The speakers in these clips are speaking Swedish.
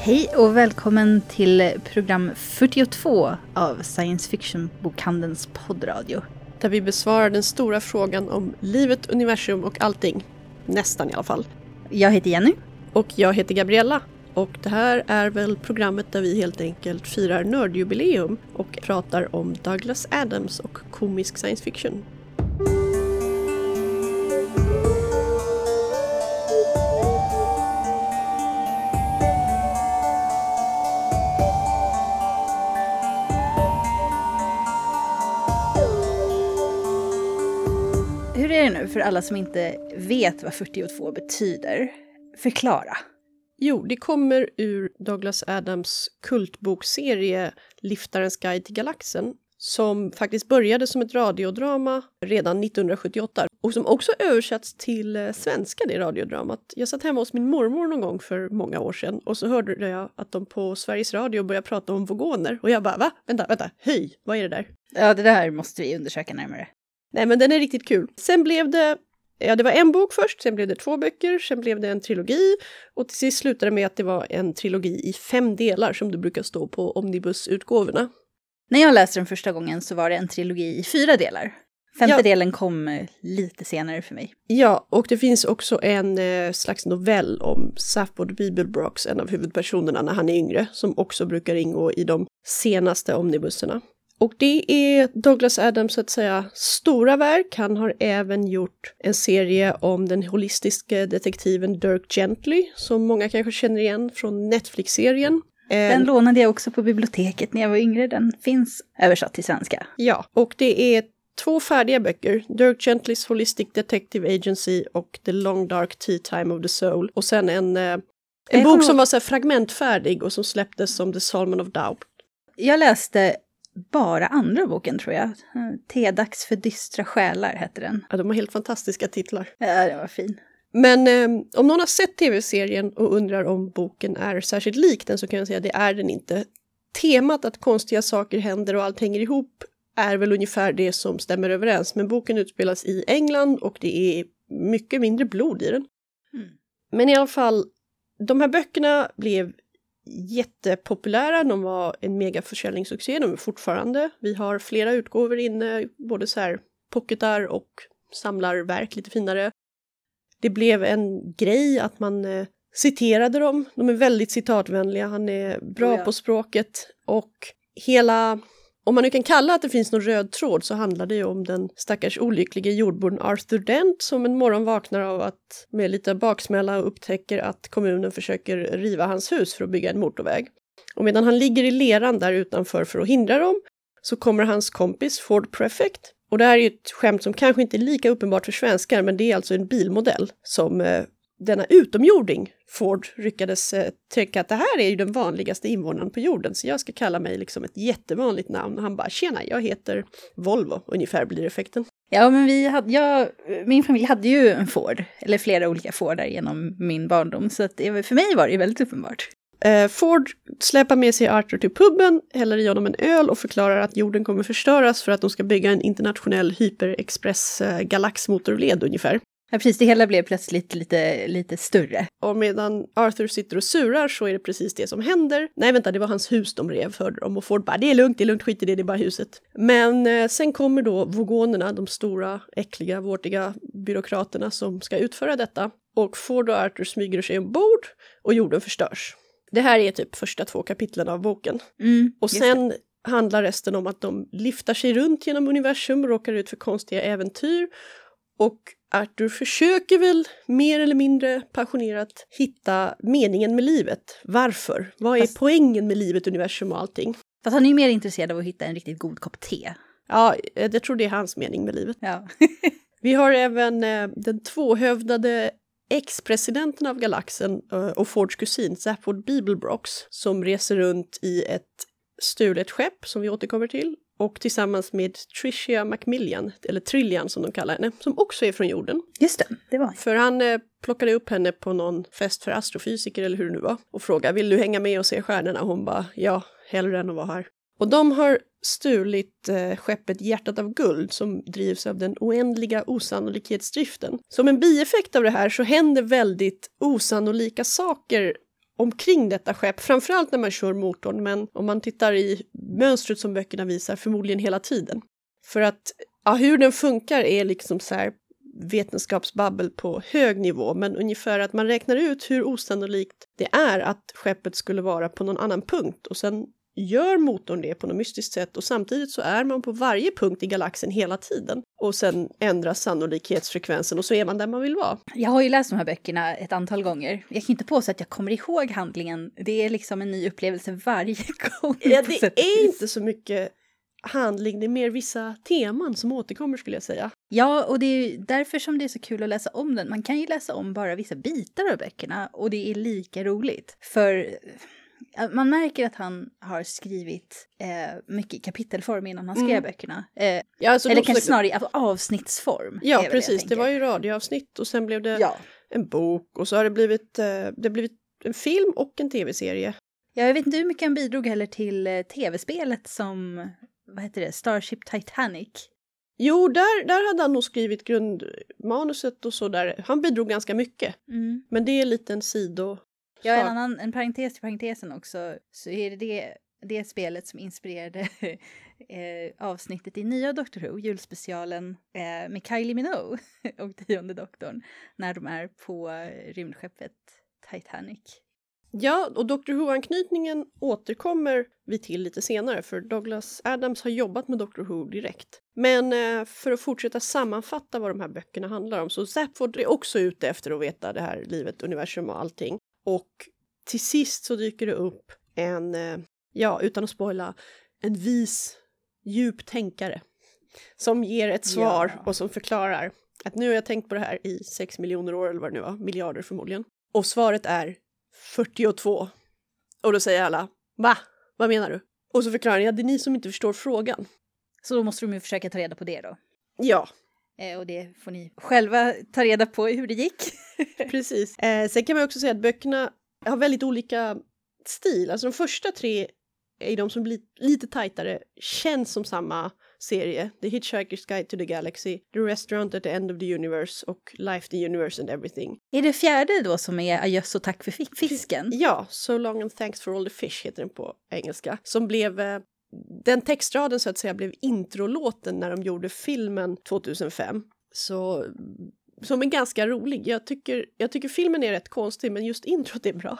Hej och välkommen till program 42 av Science Fiction-bokhandelns poddradio. Där vi besvarar den stora frågan om livet, universum och allting. Nästan i alla fall. Jag heter Jenny. Och jag heter Gabriella. Och det här är väl programmet där vi helt enkelt firar nördjubileum och pratar om Douglas Adams och komisk science fiction. Hur är det nu för alla som inte vet vad 42 betyder? Förklara. Jo, det kommer ur Douglas Adams kultbokserie Liftarens guide till galaxen, som faktiskt började som ett radiodrama redan 1978 och som också översatts till svenska, det radiodramat. Jag satt hemma hos min mormor någon gång för många år sedan och så hörde jag att de på Sveriges Radio började prata om vogoner och jag bara, va? Vänta, höj, vad är det där? Ja, det där måste vi undersöka närmare. Nej, men den är riktigt kul. Sen blev det, det var en bok först, sen blev det 2 böcker, sen blev det en trilogi och till sist slutade det med att det var en trilogi i 5 delar som det brukar stå på omnibusutgåvorna. När jag läste den första gången så var det en trilogi i 4 delar. 5:e delen kom lite senare för mig. Ja, och det finns också en slags novell om Safford Beeblebrox, en av huvudpersonerna när han är yngre, som också brukar ingå i de senaste omnibusserna. Och det är Douglas Adams så att säga stora verk. Han har även gjort en serie om den holistiska detektiven Dirk Gently, som många kanske känner igen från Netflix-serien. Den lånade jag också på biblioteket när jag var yngre. Den finns översatt till svenska. Ja, och det är 2 färdiga böcker. Dirk Gentlys Holistic Detective Agency och The Long Dark Tea Time of the Soul. Och sen en bok som var så här fragmentfärdig och som släpptes som The Salmon of Doubt. Jag läste bara andra boken tror jag. Tedags för dystra själar heter den. Ja, de har helt fantastiska titlar. Ja, det var fin. Men om någon har sett tv-serien och undrar om boken är särskilt lik den så kan jag säga att det är den inte. Temat att konstiga saker händer och allt hänger ihop är väl ungefär det som stämmer överens. Men boken utspelas i England och det är mycket mindre blod i den. Mm. Men i alla fall, de här böckerna blev jättepopulära. De var en megaförsäljningssuccé, de är fortfarande. Vi har flera utgåvor inne, både så här pocketar och samlarverk lite finare. Det blev en grej att man citerade dem. De är väldigt citatvänliga, han är bra på språket och hela, om man nu kan kalla att det finns någon röd tråd så handlar det ju om den stackars olyckliga jordbon Arthur Dent som en morgon vaknar av att med lite baksmälla upptäcker att kommunen försöker riva hans hus för att bygga en motorväg. Och medan han ligger i leran där utanför för att hindra dem så kommer hans kompis Ford Prefect. Och det här är ju ett skämt som kanske inte är lika uppenbart för svenskar men det är alltså en bilmodell som denna utomjording Ford lyckades tycka att det här är ju den vanligaste invånaren på jorden så jag ska kalla mig liksom ett jättevanligt namn och han bara tjena, jag heter Volvo, ungefär blir effekten. Ja men min familj hade ju en Ford, eller flera olika Fordar genom min barndom så att för mig var det väldigt uppenbart. Ford släpar med sig Arthur till puben, häller i honom en öl och förklarar att jorden kommer förstöras för att de ska bygga en internationell hyperexpress galaxmotorled ungefär. Ja precis, det hela blev plötsligt lite större. Och medan Arthur sitter och surar så är det precis det som händer. Nej vänta, det var hans hus de rev, hörde de. Och Ford bara, det är lugnt, skit i det är bara huset. Men sen kommer då vogonerna, de stora, äckliga, vårtiga byråkraterna som ska utföra detta. Och Ford och Arthur smyger sig ombord och jorden förstörs. Det här är typ första 2 kapitlen av boken. Och sen handlar resten om att de lyfter sig runt genom universum och råkar ut för konstiga äventyr. Och Arthur försöker väl mer eller mindre passionerat hitta meningen med livet. Varför? Vad är poängen med livet, universum och allting? Fast han är ju mer intresserad av att hitta en riktigt god kopp te. Ja, jag tror det är hans mening med livet. Ja. Vi har även den 2-hövdade ex-presidenten av galaxen och Fords kusin Safford Beeblebrox som reser runt i ett stulet skepp som vi återkommer till och tillsammans med Tricia Macmillan, eller Trillian som de kallar henne, som också är från jorden. Just det var. För han plockade upp henne på någon fest för astrofysiker eller hur det nu var och frågade, vill du hänga med och se stjärnorna? Hon bara, ja, hellre än att vara här. Och de har stulit skeppet Hjärtat av guld som drivs av den oändliga osannolikhetsdriften. Som en bieffekt av det här så händer väldigt osannolika saker omkring detta skepp, framförallt när man kör motorn, men om man tittar i mönstret som böckerna visar, förmodligen hela tiden. För att hur den funkar är liksom så här vetenskapsbabbel på hög nivå, men ungefär att man räknar ut hur osannolikt det är att skeppet skulle vara på någon annan punkt och sen gör motorn det på något mystiskt sätt och samtidigt så är man på varje punkt i galaxen hela tiden och sen ändras sannolikhetsfrekvensen och så är man där man vill vara. Jag har ju läst de här böckerna ett antal gånger. Jag kan inte påstå att jag kommer ihåg handlingen. Det är liksom en ny upplevelse varje gång. Ja, det är inte så mycket handling, det är mer vissa teman som återkommer skulle jag säga. Ja, och det är därför som det är så kul att läsa om den. Man kan ju läsa om bara vissa bitar av böckerna och det är lika roligt. För man märker att han har skrivit mycket i kapitelform innan han skrev böckerna. Ja, alltså eller kanske snarare i avsnittsform. Ja, precis. Det var ju radioavsnitt och sen blev det en bok och så har det blivit en film och en tv-serie. Ja, jag vet inte hur mycket han bidrog heller till tv-spelet som, vad heter det, Starship Titanic. Jo, där hade han nog skrivit grundmanuset och så där. Han bidrog ganska mycket. Men det är en liten sido. Ja, en parentes till parentesen också, så är det spelet som inspirerade avsnittet i nya Doctor Who, julspecialen med Kylie Minogue och 10:e doktorn, när de är på rymdskeppet Titanic. Ja, och Doctor Who-anknytningen återkommer vi till lite senare, för Douglas Adams har jobbat med Doctor Who direkt. Men för att fortsätta sammanfatta vad de här böckerna handlar om, så Zapford är också ute efter att veta det här livet, universum och allting. Och till sist så dyker det upp en, utan att spoila, en vis, djup tänkare som ger ett svar och som förklarar att nu har jag tänkt på det här i 6 miljoner år eller vad det nu var, miljarder förmodligen. Och svaret är 42. Och då säger alla, va? Vad menar du? Och så förklarar jag, det är ni som inte förstår frågan. Så då måste de ju försöka ta reda på det då. Ja. Och det får ni själva ta reda på hur det gick. Precis. Sen kan man också säga att böckerna har väldigt olika stil. Alltså de första 3 är de som blir lite tajtare, känns som samma serie. The Hitchhiker's Guide to the Galaxy, The Restaurant at the End of the Universe och Life, the Universe and Everything. Är det 4:e då som är Adjöss och tack för fisken? Ja, So Long and Thanks for All the Fish heter den på engelska. Som blev, den textraden så att säga blev introlåten när de gjorde filmen 2005. Så som är ganska rolig. Jag tycker filmen är rätt konstig, men just introt är bra.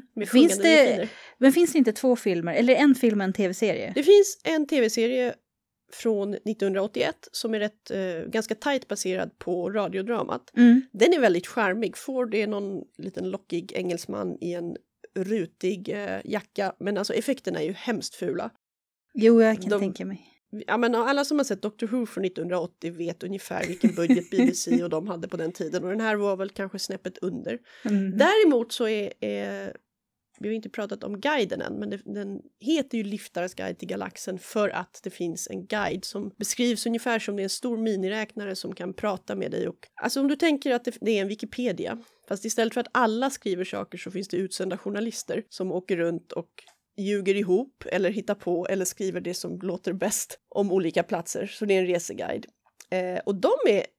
Men finns det inte 2 filmer, eller en film och en tv-serie? Det finns en tv-serie från 1981 som är rätt ganska tajt baserad på radiodramat. Den är väldigt charmig. Ford är någon liten lockig engelsman i en rutig jacka, men alltså effekterna är ju hemskt fula. Jo, jag kan tänka mig. Ja, men alla som har sett Doctor Who från 1980 vet ungefär vilken budget BBC och de hade på den tiden. Och den här var väl kanske snäppet under. Däremot så är vi har inte pratat om guiden än, men den heter ju Liftarens guide till galaxen för att det finns en guide som beskrivs ungefär som det är en stor miniräknare som kan prata med dig. Och, alltså om du tänker att det är en Wikipedia, fast istället för att alla skriver saker så finns det utsända journalister som åker runt och ljuger ihop eller hittar på eller skriver det som låter bäst om olika platser. Så det är en reseguide. Och de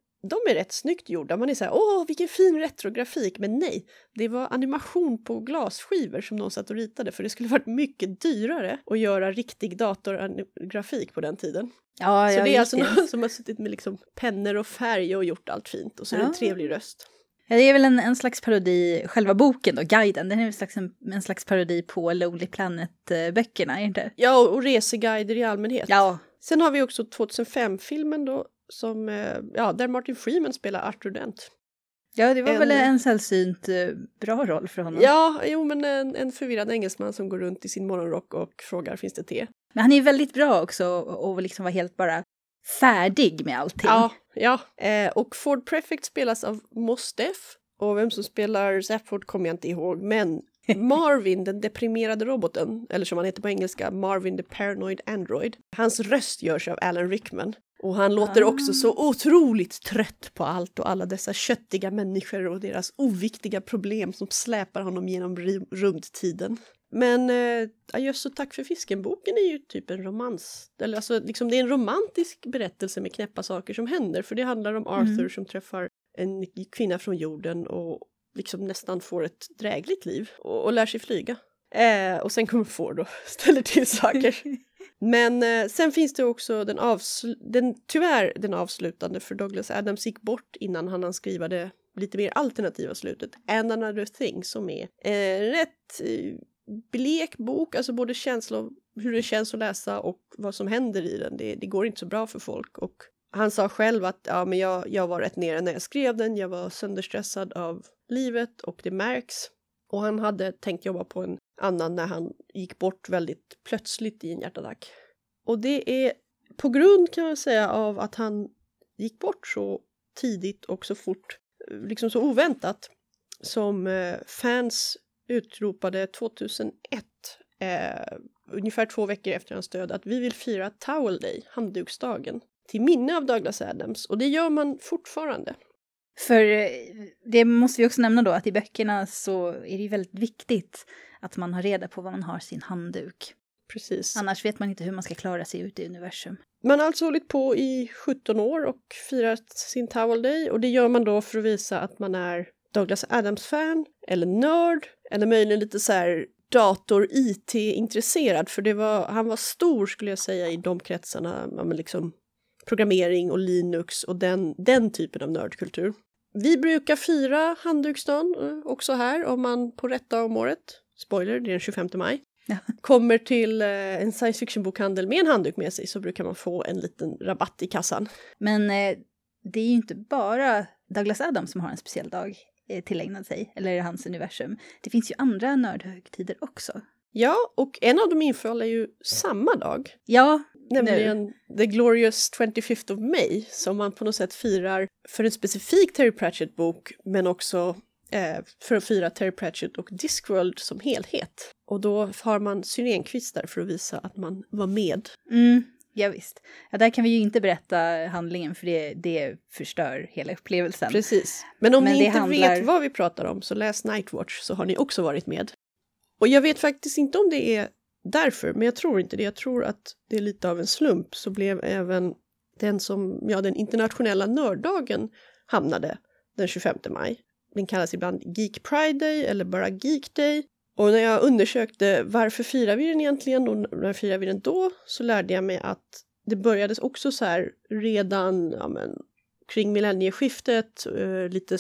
är rätt snyggt gjorda. Man är så här, åh vilken fin retrografik. Men nej, det var animation på glasskivor som någon satt och ritade. För det skulle varit mycket dyrare att göra riktig datorgrafik på den tiden. Ja, så det är alltså någon som har suttit med liksom pennor och färg och gjort allt fint. Och så är det en trevlig röst. Ja, det är väl en slags parodi, själva boken då, guiden. Den är en slags parodi på Lonely Planet-böckerna, är inte? Ja, och reseguider i allmänhet. Ja. Sen har vi också 2005-filmen då, som, där Martin Freeman spelar Arthur Dent. Ja, det var väl en sällsynt bra roll för honom. Ja, jo, men en förvirrad engelsman som går runt i sin morgonrock och frågar, finns det te? Men han är väldigt bra också och liksom var helt bara färdig med allting. Ja. Och Ford Prefect spelas av Mos Def. Och vem som spelar Zapford kommer jag inte ihåg, men Marvin, den deprimerade roboten, eller som han heter på engelska, Marvin the Paranoid Android. Hans röst görs av Alan Rickman. Och han låter också så otroligt trött på allt och alla dessa köttiga människor och deras oviktiga problem som släpar honom genom rymdtiden. Men Adjöss och tack för fisken-boken är ju typ en romans. Eller alltså, liksom, det är en romantisk berättelse med knäppa saker som händer. För det handlar om Arthur som träffar en kvinna från jorden och liksom nästan får ett drägligt liv och lär sig flyga. Och sen kommer Ford och ställer till saker. Men sen finns det också den avslutande, för Douglas Adams gick bort innan han skriva det lite mer alternativa slutet. And Another Thing, som är rätt blek bok, alltså både hur det känns att läsa och vad som händer i den. Det går inte så bra för folk, och han sa själv att men jag var rätt nere när jag skrev den, jag var sönderstressad av livet och det märks. Och han hade tänkt jobba på en annan när han gick bort väldigt plötsligt i en hjärtattack. Och det är på grund, kan man säga, av att han gick bort så tidigt och så fort, liksom så oväntat, som fans utropade 2001, ungefär 2 veckor efter hans död, att vi vill fira Towel Day, handduksdagen, till minne av Douglas Adams. Och det gör man fortfarande. För det måste vi också nämna då, att i böckerna så är det ju väldigt viktigt att man har reda på vad man har sin handduk. Precis. Annars vet man inte hur man ska klara sig ute i universum. Man har alltså hållit på i 17 år och firat sin Towel Day, och det gör man då för att visa att man är Douglas Adams-fan, eller nörd, eller möjligen lite så här dator-IT-intresserad, för han var stor, skulle jag säga, i de kretsarna, med liksom programmering och Linux och den typen av nördkultur. Vi brukar fira handduksdagen också här, om man på rätt dag om året, spoiler, det är den 25 maj, kommer till en science fiction-bokhandel med en handduk med sig, så brukar man få en liten rabatt i kassan. Men det är ju inte bara Douglas Adams som har en speciell dag tillägnad sig, eller hans universum. Det finns ju andra nördhögtider också. Ja, och en av dem infaller ju samma dag. Ja, nämligen The Glorious 25th of May, som man på något sätt firar för en specifik Terry Pratchett-bok, men också för att fira Terry Pratchett och Discworld som helhet. Och då har man syrenkvistar för att visa att man var med. Ja, visst. Ja, där kan vi ju inte berätta handlingen, för det förstör hela upplevelsen. Precis. Men om ni inte vet vad vi pratar om, så läs Nightwatch, så har ni också varit med. Och jag vet faktiskt inte om det är därför, men jag tror inte det. Jag tror att det är lite av en slump, så blev även den internationella nörddagen hamnade den 25 maj. Den kallas ibland Geek Pride Day eller bara Geek Day. Och när jag undersökte varför firar vi den egentligen och när firar vi den då, så lärde jag mig att det började också så här redan kring millennieskiftet, lite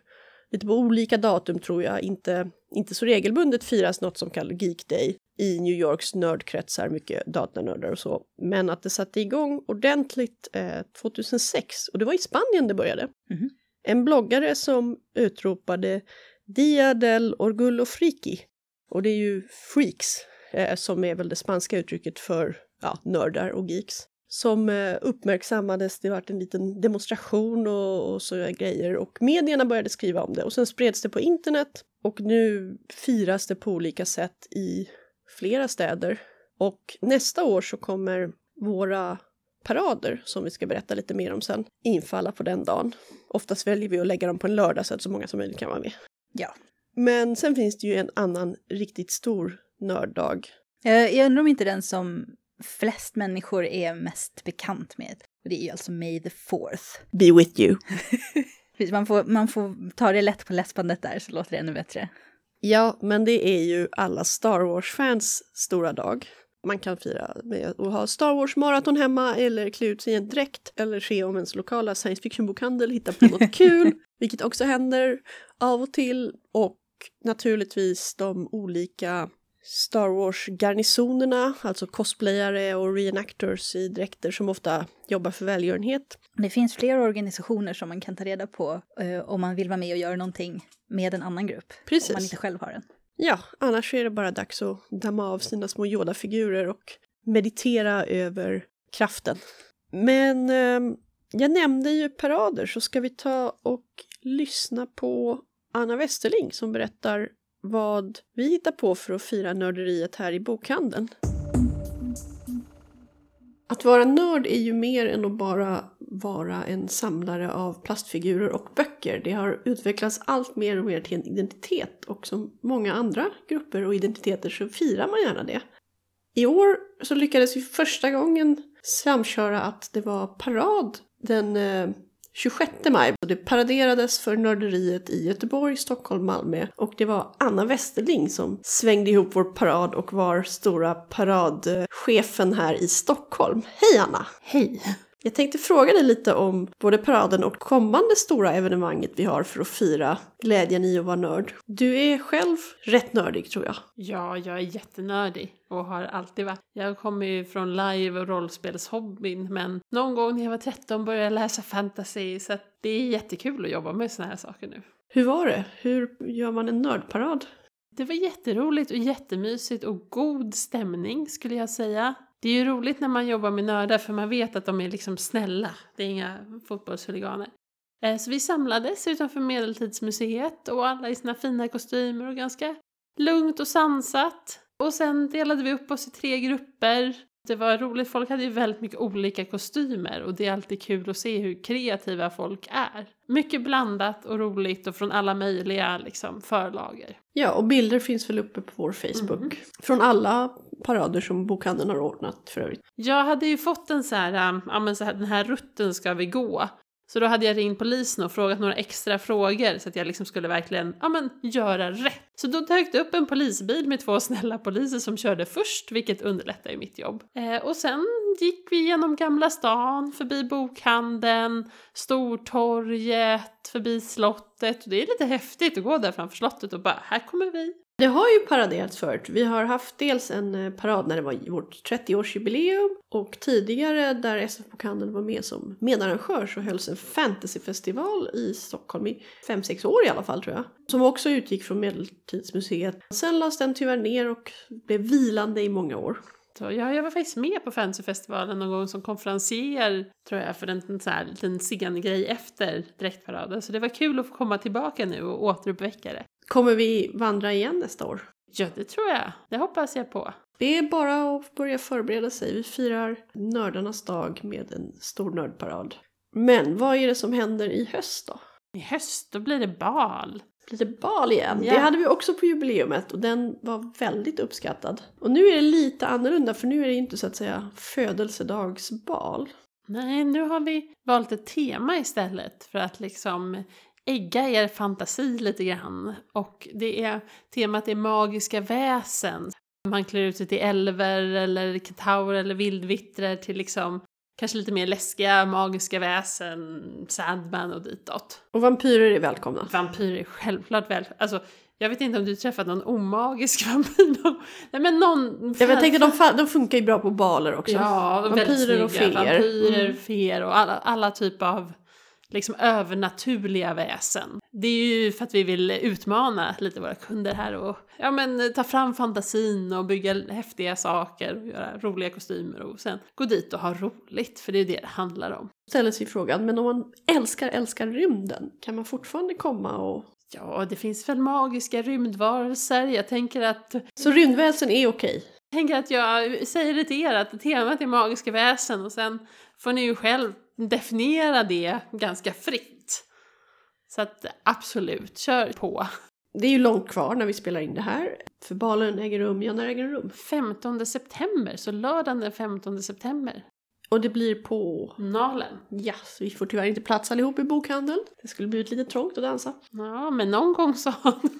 på olika datum tror jag, inte så regelbundet firas något som kallas Geek Day i New Yorks nördkretsar, mycket datanördar och så. Men att det satte igång ordentligt 2006, och det var i Spanien det började. Mm-hmm. En bloggare som utropade Dia del Orgullo Friki, och det är ju freaks som är väl det spanska uttrycket för nördar och geeks, som uppmärksammades. Det var en liten demonstration och så grejer, och medierna började skriva om det, och sen spreds det på internet, och nu firas det på olika sätt i flera städer. Och nästa år så kommer våra parader, som vi ska berätta lite mer om sen, infalla på den dagen. Oftast väljer vi att lägga dem på en lördag så att så många som möjligt kan vara med. Ja. Men sen finns det ju en annan riktigt stor nörddag. Jag undrar om inte den som flest människor är mest bekant med. Och det är ju alltså May the 4th. Be with you. man får ta det lätt på läspandet där, så låter det ännu bättre. Ja, men det är ju alla Star Wars-fans stora dag. Man kan fira med att ha Star Wars-maraton hemma, eller klä ut sig i en dräkt, eller se om ens lokala science fiction-bokhandel hittar på något kul, vilket också händer av och till. Och naturligtvis de olika Star Wars-garnisonerna, alltså cosplayare och reenactors i dräkter som ofta jobbar för välgörenhet. Det finns flera organisationer som man kan ta reda på om man vill vara med och göra någonting med en annan grupp. Precis. Om man inte själv har en. Ja, annars är det bara dags att damma av sina små Yoda-figurer och meditera över kraften. Men jag nämnde ju parader, så ska vi ta och lyssna på Anna Westerling som berättar vad vi hittar på för att fira nörderiet här i bokhandeln. Att vara nörd är ju mer än att bara vara en samlare av plastfigurer och böcker. Det har utvecklats allt mer och mer till en identitet, och som många andra grupper och identiteter så firar man gärna det. I år så lyckades vi första gången samköra att det var parad den 26 maj. Det paraderades för nörderiet i Göteborg, Stockholm, Malmö. Och det var Anna Westerling som svängde ihop vår parad och var stora paradchefen här i Stockholm. Hej Anna! Hej! Jag tänkte fråga dig lite om både paraden och kommande stora evenemanget vi har för att fira glädjen i att vara nörd. Du är själv rätt nördig tror jag. Ja, jag är jättenördig och har alltid varit. Jag kommer ju från live- och rollspelshobbyn, men någon gång när jag var 13 började jag läsa fantasy, så att det är jättekul att jobba med såna här saker nu. Hur var det? Hur gör man en nördparad? Det var jätteroligt och jättemysigt och god stämning skulle jag säga. Det är ju roligt när man jobbar med nördar för man vet att de är liksom snälla. Det är inga fotbollshuliganer. Så vi samlades utanför Medeltidsmuseet och alla i sina fina kostymer och ganska lugnt och sansat. Och sen delade vi upp oss i 3 grupper. Det var roligt, folk hade ju väldigt mycket olika kostymer och det är alltid kul att se hur kreativa folk är. Mycket blandat och roligt och från alla möjliga liksom, förlager. Ja, och bilder finns väl uppe på vår Facebook. Från alla parader som bokhandeln har ordnat för övrigt. Jag hade ju fått en så här, den här rutten ska vi gå. Så då hade jag ringt polisen och frågat några extra frågor så att jag liksom skulle verkligen göra rätt. Så då dök det upp en polisbil med 2 snälla poliser som körde först, vilket underlättar ju mitt jobb. Och sen gick vi genom Gamla stan, förbi bokhandeln, Stortorget, förbi slottet. Och det är lite häftigt att gå där framför slottet och bara, här kommer vi. Det har ju paraderats förut. Vi har haft dels en parad när det var vårt 30-årsjubileum och tidigare där SF-bokhandeln var med som medarrangör så hölls en fantasyfestival i Stockholm i 5-6 år i alla fall tror jag. Som också utgick från Medeltidsmuseet. Sen lades den tyvärr ner och blev vilande i många år. Så jag var faktiskt med på fantasyfestivalen någon gång som konferencier tror jag för en så här liten sengrej efter direktparaden. Så det var kul att få komma tillbaka nu och återuppväcka det. Kommer vi vandra igen nästa år? Ja, det tror jag. Det hoppas jag på. Det är bara att börja förbereda sig. Vi firar nördarnas dag med en stor nördparad. Men vad är det som händer i höst då? I höst då blir det bal. Blir det bal igen? Ja. Det hade vi också på jubileumet och den var väldigt uppskattad. Och nu är det lite annorlunda för nu är det inte så att säga födelsedagsbal. Nej, nu har vi valt ett tema istället för att liksom ägga er fantasi lite grann. Och temat är magiska väsen. Man klär ut sig till älver eller kentaur eller vildvittrar till liksom kanske lite mer läskiga magiska väsen, Sandman och ditåt. Och vampyrer är välkomna. Vampyrer är självklart välkomna. Alltså, jag vet inte om du träffat någon omagisk vampyr. Nej, men någon... Jag tänkte de funkar ju bra på baler också. Ja, vampyrer och feer. Vampyrer, feer och alla typer av liksom övernaturliga väsen. Det är ju för att vi vill utmana lite våra kunder här och ta fram fantasin och bygga häftiga saker och göra roliga kostymer och sen gå dit och ha roligt, för det är det handlar om. Ställer sig frågan, men om man älskar rymden, kan man fortfarande komma och... Ja, det finns väl magiska rymdvarelser. Jag tänker att... Så rymdväsen är okej? Jag tänker att jag säger det till er att temat är magiska väsen och sen får ni ju själv definiera det ganska fritt. Så att absolut, kör på. Det är ju långt kvar när vi spelar in det här. För balen äger rum, när äger rum? 15 september, så lördagen den 15 september. Och det blir på... Nalen. Ja, så vi får tyvärr inte plats allihop i bokhandeln. Det skulle bli lite trångt att dansa. Ja, men någon gång så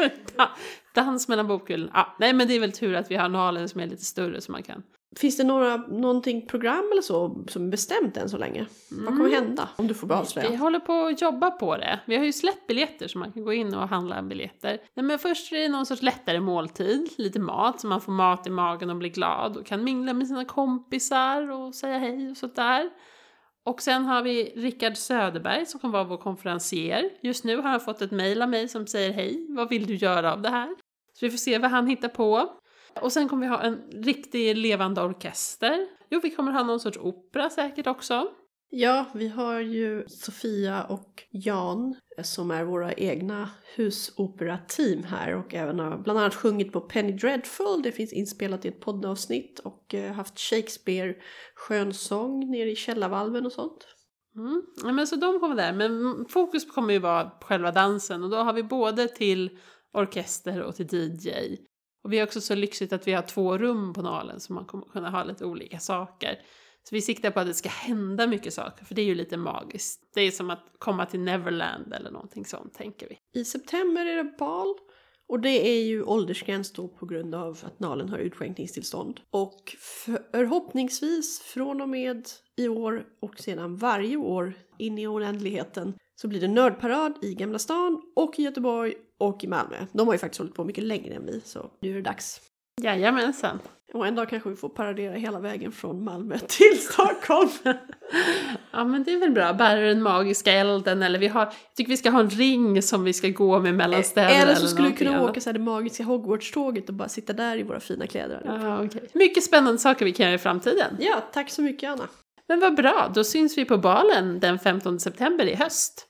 dans mellan bokhyllorna. Ja, nej, men det är väl tur att vi har Nalen som är lite större så man kan... Finns det någonting program eller så som är bestämt än så länge? Vad kommer hända om du får bara avslöja? Vi håller på att jobba på det. Vi har ju släppt biljetter så man kan gå in och handla biljetter. Nej, men först är det någon sorts lättare måltid. Lite mat så man får mat i magen och blir glad. Och kan mingla med sina kompisar och säga hej och sådär. Och sen har vi Rickard Söderberg som kommer vara vår konferencier. Just nu har han fått ett mejl av mig som säger hej. Vad vill du göra av det här? Så vi får se vad han hittar på. Och sen kommer vi ha en riktig levande orkester. Jo, vi kommer ha någon sorts opera säkert också. Ja, vi har ju Sofia och Jan som är våra egna husopera-team här. Och även har bland annat sjungit på Penny Dreadful. Det finns inspelat i ett poddavsnitt. Och haft Shakespeare skönsång nere i källarvalven och sånt. Ja, men så de kommer där. Men fokus kommer ju vara på själva dansen. Och då har vi både till orkester och till DJ. Och vi har också så lyxigt att vi har 2 rum på Nalen så man kommer kunna ha lite olika saker. Så vi siktar på att det ska hända mycket saker, för det är ju lite magiskt. Det är som att komma till Neverland eller någonting sånt, tänker vi. I september är det bal. Och det är ju åldersgräns då på grund av att Nalen har utskänkningstillstånd. Och förhoppningsvis från och med i år och sedan varje år in i oändligheten så blir det nördparad i Gamla stan och i Göteborg och i Malmö. De har ju faktiskt hållit på mycket längre än vi, så nu är det dags. Jajamensan. Och en dag kanske vi får paradera hela vägen från Malmö till Stockholm. Ja, men det är väl bra. Bära den magiska elden. Eller jag tycker vi ska ha en ring som vi ska gå med mellan städer. Eller så skulle vi kunna åka så här det magiska Hogwarts-tåget och bara sitta där i våra fina kläder. Ja, okay. Mycket spännande saker vi kan göra i framtiden. Ja, tack så mycket Anna. Men vad bra, då syns vi på balen den 15 september i höst.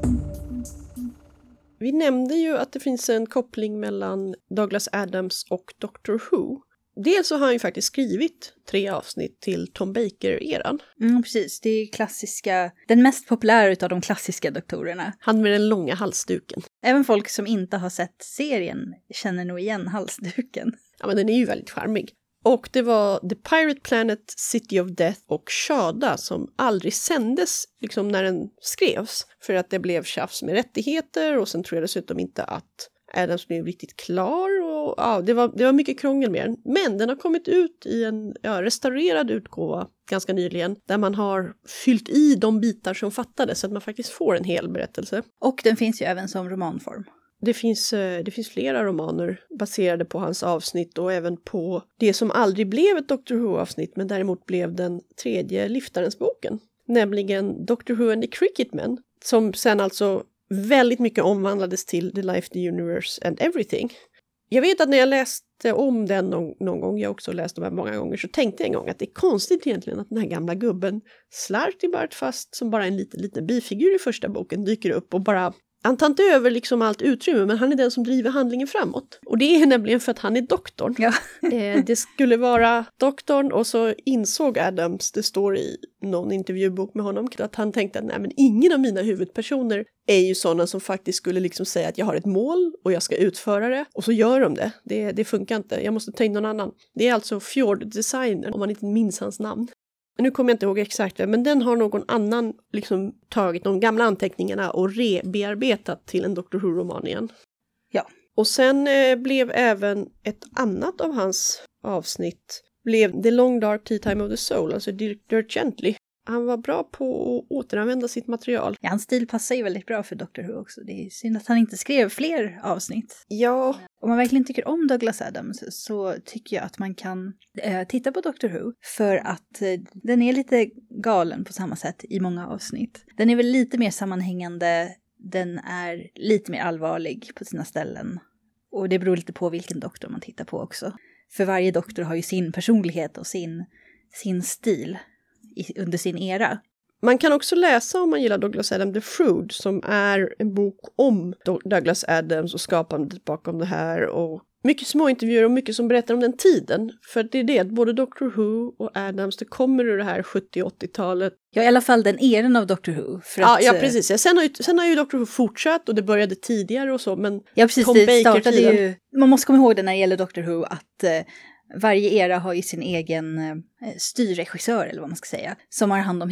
Vi nämnde ju att det finns en koppling mellan Douglas Adams och Doctor Who. Dels så har han ju faktiskt skrivit 3 avsnitt till Tom Baker-eran. Precis, det är klassiska, den mest populära utav de klassiska doktorerna. Han med den långa halsduken. Även folk som inte har sett serien känner nog igen halsduken. Ja, men den är ju väldigt charmig. Och det var The Pirate Planet, City of Death och Shada som aldrig sändes liksom när den skrevs. För att det blev tjafs med rättigheter och sen tror jag dessutom inte att Adams blev riktigt klar. Och, ja, det var mycket krångel med den. Men den har kommit ut i en restaurerad utgåva ganska nyligen. Där man har fyllt i de bitar som fattades så att man faktiskt får en hel berättelse. Och den finns ju även som romanform. Det finns flera romaner baserade på hans avsnitt och även på det som aldrig blev ett Doctor Who-avsnitt men däremot blev den 3:e liftarens boken. Nämligen Doctor Who and the Cricketmen som sen alltså väldigt mycket omvandlades till The Life, the Universe and Everything. Jag vet att när jag läste om den någon gång, jag också läst de här många gånger, så tänkte jag en gång att det är konstigt egentligen att den här gamla gubben Slarty Bart fast som bara en liten bifigur i första boken dyker upp och bara... Han tar inte över liksom allt utrymme, men han är den som driver handlingen framåt. Och det är nämligen för att han är doktorn. Ja. Det skulle vara doktorn och så insåg Adams, det står i någon intervjubok med honom, att han tänkte att nej, men ingen av mina huvudpersoner är ju sådana som faktiskt skulle liksom säga att jag har ett mål och jag ska utföra det. Och så gör de det. Det funkar inte. Jag måste ta in någon annan. Det är alltså Fjord Designer, om man inte minns hans namn. Nu kommer jag inte ihåg exakt det, men den har någon annan liksom tagit de gamla anteckningarna och bearbetat till en Doctor Who-roman igen. Ja. Och sen blev även ett annat av hans avsnitt blev The Long Dark Tea Time of the Soul, alltså Dirk Gently. Han var bra på att återanvända sitt material. Ja, hans stil passar ju väldigt bra för Doctor Who också. Det är synd att han inte skrev fler avsnitt. Ja. Om man verkligen tycker om Douglas Adams så tycker jag att man kan titta på Doctor Who. För att den är lite galen på samma sätt i många avsnitt. Den är väl lite mer sammanhängande. Den är lite mer allvarlig på sina ställen. Och det beror lite på vilken doktor man tittar på också. För varje doktor har ju sin personlighet och sin stil under sin era. Man kan också läsa om man gillar Douglas Adams The Frood som är en bok om Douglas Adams och skapandet bakom det här och mycket små intervjuer och mycket som berättar om den tiden. För det är det att både Doctor Who och Adams det kommer ur det här 70-80-talet. Ja, i alla fall den eran av Doctor Who. För ja, precis. Sen har ju Doctor Who fortsatt och det började tidigare och så. Men ja, precis. Tom Det startade Baker-tiden... ju... Man måste komma ihåg det när det gäller Doctor Who att... varje era har ju sin egen styrregissör eller vad man ska säga. Som har hand om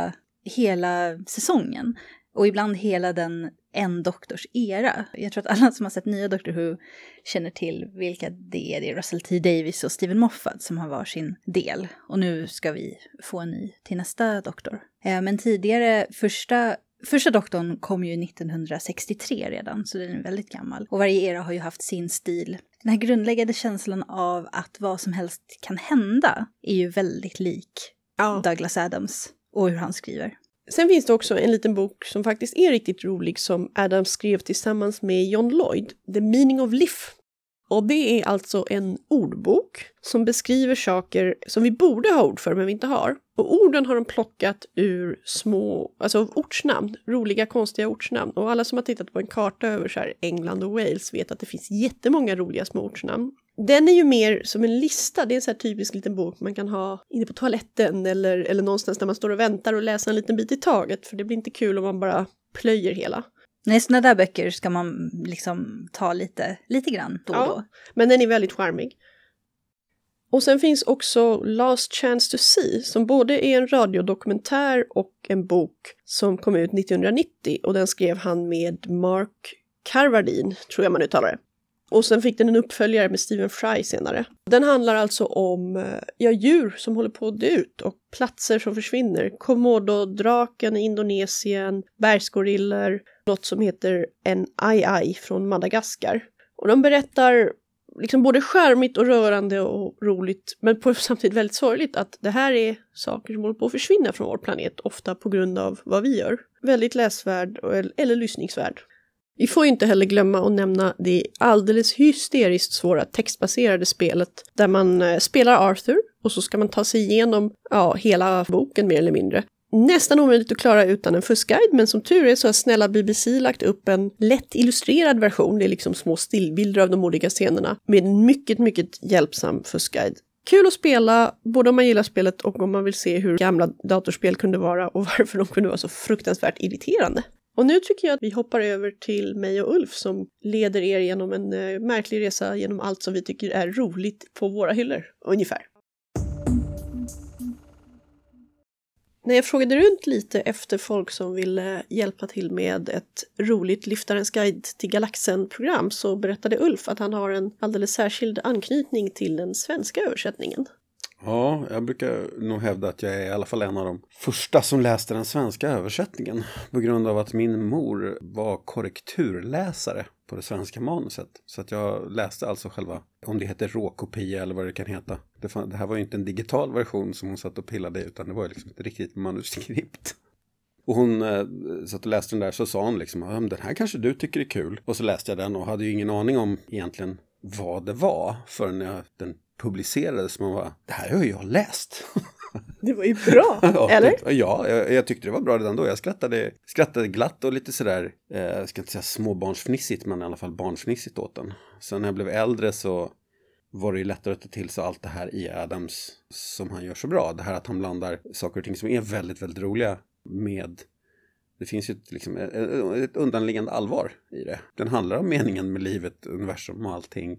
hela säsongen. Och ibland hela den en doktors era. Jag tror att alla som har sett nya Doctor Who känner till vilka det är. Det är Russell T. Davies och Stephen Moffat som har varsin del. Och nu ska vi få en ny till nästa doktor. Men tidigare, första doktorn kom ju 1963 redan, så den är väldigt gammal. Och varje era har ju haft sin stil. Den här grundläggande känslan av att vad som helst kan hända är ju väldigt lik Douglas Adams och hur han skriver. Sen finns det också en liten bok som faktiskt är riktigt rolig som Adams skrev tillsammans med John Lloyd, The Meaning of Life. Och det är alltså en ordbok som beskriver saker som vi borde ha ord för men vi inte har. Och orden har de plockat ur ortsnamn, roliga konstiga ortsnamn. Och alla som har tittat på en karta över så här England och Wales vet att det finns jättemånga roliga små ortsnamn. Den är ju mer som en lista, det är en så här typisk liten bok man kan ha inne på toaletten eller någonstans där man står och väntar och läser en liten bit i taget. För det blir inte kul om man bara plöjer hela. Nej, sådana där böcker ska man liksom ta lite grann då och då. Men den är väldigt charmig. Och sen finns också Last Chance to See som både är en radiodokumentär och en bok som kom ut 1990 och den skrev han med Mark Carvardin, tror jag man uttalar det. Och sen fick den en uppföljare med Stephen Fry senare. Den handlar alltså om djur som håller på att dö ut och platser som försvinner. Komodo-draken i Indonesien, bergsgorillor, något som heter en ai från Madagaskar. Och de berättar liksom både charmigt och rörande och roligt, men på samtidigt väldigt sorgligt att det här är saker som håller på att försvinna från vår planet, ofta på grund av vad vi gör. Väldigt läsvärd eller lyssningsvärd. Vi får inte heller glömma att nämna det alldeles hysteriskt svåra textbaserade spelet där man spelar Arthur och så ska man ta sig igenom hela boken mer eller mindre. Nästan omöjligt att klara utan en fuskguide, men som tur är så har snälla BBC lagt upp en lätt illustrerad version. Det är liksom små stillbilder av de olika scenerna med en mycket, mycket hjälpsam fuskguide. Kul att spela, både om man gillar spelet och om man vill se hur gamla datorspel kunde vara och varför de kunde vara så fruktansvärt irriterande. Och nu tycker jag att vi hoppar över till mig och Ulf som leder er genom en märklig resa genom allt som vi tycker är roligt på våra hyllor, ungefär. När jag frågade runt lite efter folk som ville hjälpa till med ett roligt Lyftarens guide till galaxen-program så berättade Ulf att han har en alldeles särskild anknytning till den svenska översättningen. Ja, jag brukar nog hävda att jag är i alla fall en av de första som läste den svenska översättningen på grund av att min mor var korrekturläsare på det svenska manuset. Så att jag läste alltså själva, om det heter råkopia eller vad det kan heta. Det här var ju inte en digital version som hon satt och pillade i, utan det var ju liksom ett riktigt manuskript. Och hon satt och läste den där, så sa hon liksom, den här kanske du tycker är kul. Och så läste jag den och hade ju ingen aning om egentligen vad det var förrän den publicerades. Man var, det här har jag läst. Det var ju bra, eller? Ja, jag tyckte det var bra redan då. Jag skrattade glatt och lite sådär, jag ska inte säga småbarnsfnissigt, men i alla fall barnsfnissigt åt den. Sen när jag blev äldre så var det ju lättare att ta till sig allt det här i Adams som han gör så bra. Det här att han blandar saker och ting som är väldigt, väldigt roliga med... Det finns ju ett undanliggande allvar i det. Den handlar om meningen med livet, universum och allting.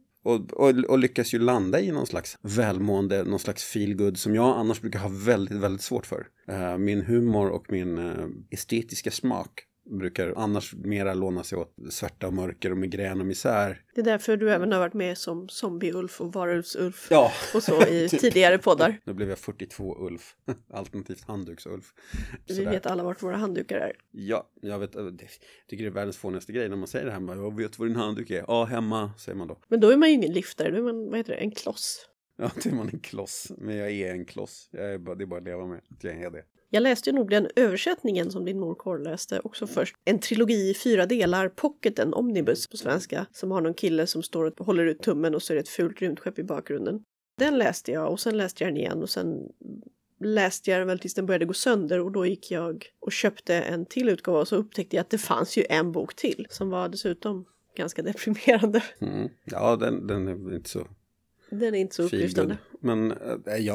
Och lyckas ju landa i någon slags välmående, någon slags feelgood som jag annars brukar ha väldigt, väldigt svårt för. Min humor och min estetiska smak brukar annars mera låna sig åt svärta och mörker och migrän och misär. Det är därför du även har varit med som zombie-Ulf och varulvs-Ulf. Ja. Och så i tidigare poddar. Nu blev jag 42 Ulf. Alternativt handduks-Ulf. Vi vet alla vart våra handdukar är. Ja, jag vet. Jag tycker det är världens fånigaste grej när man säger det här. Jag vet var din handduk är. Ja, hemma, säger man då. Men då är man ju ingen liftare. Då är man, vad heter det, en kloss. Ja, då är man en kloss. Men jag är en kloss. Det är bara att leva med att jag är det. Jag läste ju nog den översättningen som din morkor läste också först. En trilogi i 4 delar, Pocket and Omnibus på svenska. Som har någon kille som står och håller ut tummen och så är det ett fult rymdskepp i bakgrunden. Den läste jag och sen läste jag den igen och sen läste jag den väl tills den började gå sönder. Och då gick jag och köpte en till utgåva och så upptäckte jag att det fanns ju en bok till. Som var dessutom ganska deprimerande. Mm. Ja, den är inte så... Den är inte så upplyftande. Men jag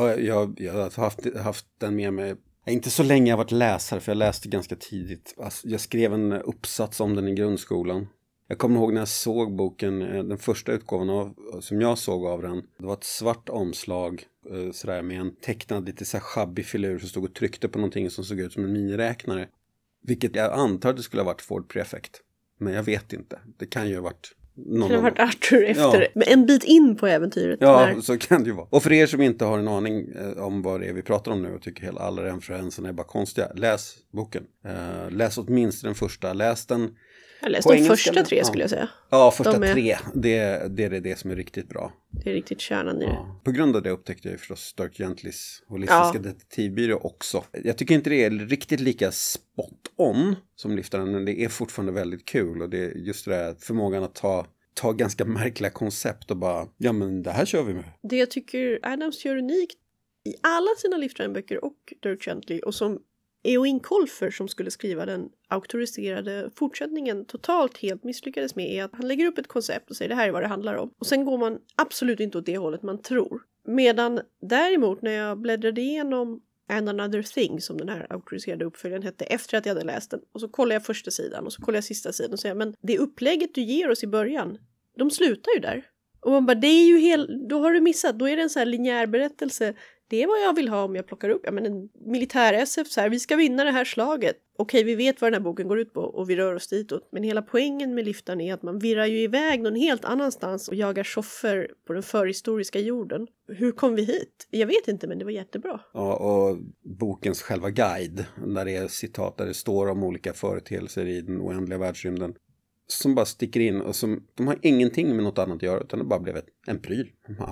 har haft den med mig. Inte så länge jag varit läsare, för jag läste ganska tidigt. Alltså, jag skrev en uppsats om den i grundskolan. Jag kommer ihåg när jag såg boken, den första utgåvan som jag såg av den. Det var ett svart omslag sådär, med en tecknad lite så här schabbig filur som stod och tryckte på någonting som såg ut som en miniräknare. Vilket jag antar att det skulle ha varit Ford Prefect. Men jag vet inte. Det kan ju ha varit... Det har varit Arthur efter, men en bit in på äventyret. Ja, så kan det ju vara. Och för er som inte har en aning om vad det är vi pratar om nu och tycker alla referenserna är bara konstiga, läs boken. Läs åtminstone den första. Läs den. Jag läste de första 3 skulle jag säga. Ja, första 3. Det är det som är riktigt bra. Det är riktigt kärnan i det. På grund av det upptäckte jag förstås Dirk Gentlys holistiska detektivbyrå också. Jag tycker inte det är riktigt lika spot on som Lyftaren, men det är fortfarande väldigt kul. Och det är just det där förmågan att ta ganska märkliga koncept och bara, ja men det här kör vi med. Det jag tycker Adams gör unikt i alla sina Lyftaren-böcker och Dirk Gently och som Eowyn Colfer som skulle skriva den auktoriserade fortsättningen totalt helt misslyckades med är att han lägger upp ett koncept och säger det här är vad det handlar om. Och sen går man absolut inte åt det hållet man tror. Medan däremot när jag bläddrade igenom And Another Thing som den här auktoriserade uppföljaren hette efter att jag hade läst den. Och så kollar jag första sidan och så kollar jag sista sidan och säger men det upplägget du ger oss i början, de slutar ju där. Och man bara, det är ju då har du missat, då är det en så här linjär berättelse. Det är vad jag vill ha om jag plockar upp en militär-SF så här, vi ska vinna det här slaget. Okej, vi vet vad den här boken går ut på och vi rör oss ditåt. Men hela poängen med Liftarn är att man virrar ju iväg någon helt annanstans och jagar soffer på den förhistoriska jorden. Hur kom vi hit? Jag vet inte, men det var jättebra. Ja, och bokens själva guide, där det är citat där det står om olika företeelser i den oändliga världsrymden. Som bara sticker in och de har ingenting med något annat att göra, utan det bara blev en pryl.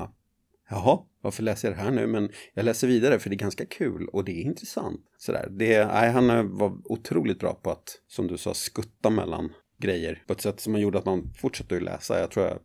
Jaha, varför läser jag det här nu? Men jag läser vidare för det är ganska kul och det är intressant. Sådär. Han var otroligt bra på att, som du sa, skutta mellan grejer. På ett sätt som gjorde att man fortsatte att läsa. Jag tror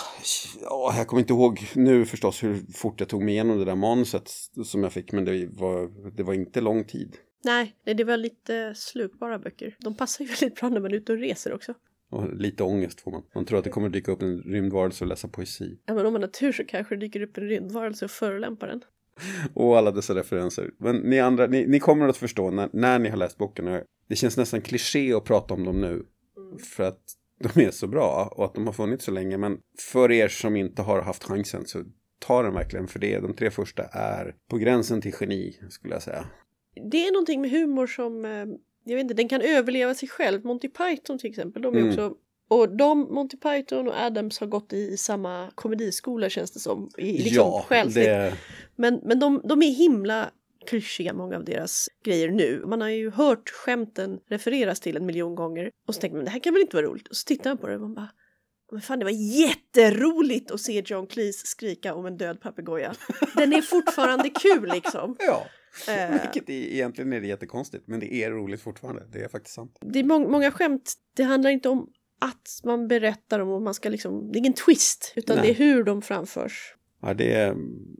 jag kommer inte ihåg nu förstås hur fort jag tog mig igenom det där manuset som jag fick. Men det var inte lång tid. Nej, det var lite slukbara böcker. De passar ju väldigt bra när man är ute och reser också. Och lite ångest får man. Man tror att det kommer dyka upp en rymdvarelse och läsa poesi. Ja, men om man har tur så kanske det dyker upp en rymdvarelse och förolämpar den. Och alla dessa referenser. Men ni andra, ni kommer att förstå när ni har läst boken. Det känns nästan kliché att prata om dem nu. För att de är så bra och att de har funnits så länge. Men för er som inte har haft chansen så ta den verkligen. För de 3 första är på gränsen till geni, skulle jag säga. Det är någonting med humor som... jag vet inte, den kan överleva sig själv. Monty Python till exempel, de är också... Och Monty Python och Adams har gått i samma komediskola, känns det som. Ja, det... Men de är himla klyschiga, många av deras grejer nu. Man har ju hört skämten refereras till 1 miljon gånger. Och så tänker man, det här kan väl inte vara roligt? Och så tittar man på det och man bara... Men fan, det var jätteroligt att se John Cleese skrika om en död papegoja. Den är fortfarande kul liksom. Ja. Vilket egentligen är det jättekonstigt, men det är roligt fortfarande, det är faktiskt sant. Det är många skämt, det handlar inte om att man berättar om man ska liksom, det är ingen twist, utan det är hur de framförs. Ja, det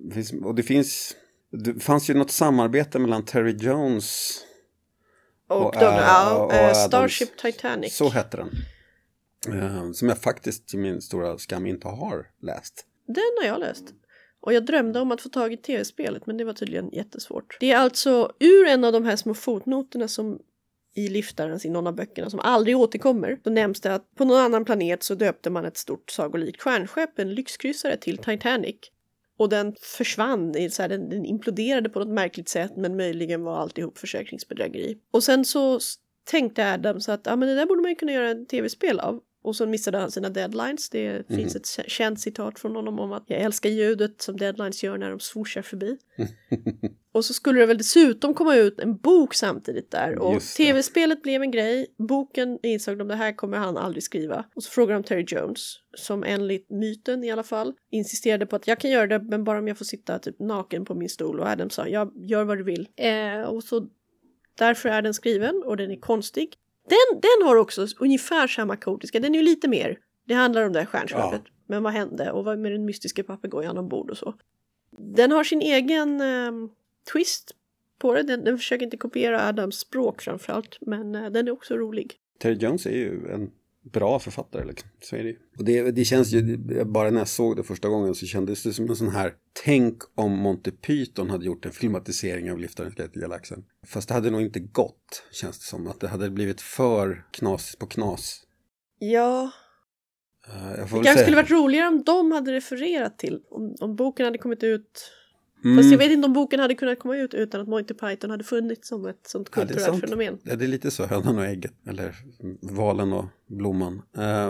fanns ju något samarbete mellan Terry Jones och Starship Titanic. Så hette den. Som jag faktiskt till min stora skam inte har läst. Den har jag läst. Och jag drömde om att få tag i tv-spelet, men det var tydligen jättesvårt. Det är alltså ur en av de här små fotnoterna som i Liftarens, i någon av böckerna, som aldrig återkommer. Då nämns det att på någon annan planet så döpte man ett stort sagolikt stjärnskepp, en lyxkryssare, till Titanic. Och den försvann, den imploderade på något märkligt sätt, men möjligen var alltihop försäkringsbedrägeri. Och sen så tänkte Adams att men det där borde man ju kunna göra en tv-spel av. Och så missade han sina deadlines. Det finns ett känt citat från honom om att jag älskar ljudet som deadlines gör när de swooshar förbi. Och så skulle det väl dessutom komma ut en bok samtidigt där. Och tv-spelet blev en grej. Boken insåg de, det här kommer han aldrig skriva. Och så frågade de Terry Jones, som enligt myten i alla fall insisterade på att jag kan göra det, men bara om jag får sitta typ naken på min stol. Och Adam sa, jag gör vad du vill. Och så därför är den skriven och den är konstig. Den har också ungefär samma kaotiska. Den är ju lite mer. Det handlar om det här stjärnskeppet. Ja. Men vad hände? Och vad med den mystiska papegojan ombord och så. Den har sin egen twist på det. Den försöker inte kopiera Adams språk framförallt. Men den är också rolig. Terry Jones är ju en bra författare. Liksom. Så är det ju. Och det känns ju, bara när jag såg det första gången så kändes det som en sån här, tänk om Monty Python hade gjort en filmatisering av Liftarens guide till galaxen. Fast det hade nog inte gått, känns det som. Att det hade blivit för knas på knas. Ja. Det kanske skulle varit roligare om de hade refererat till. Om boken hade kommit ut. Fast jag vet inte om boken hade kunnat komma ut utan att Monty Python hade funnits som ett sånt kulturellt fenomen. Ja, det är lite så, hönan och ägget. Eller valen och blomman.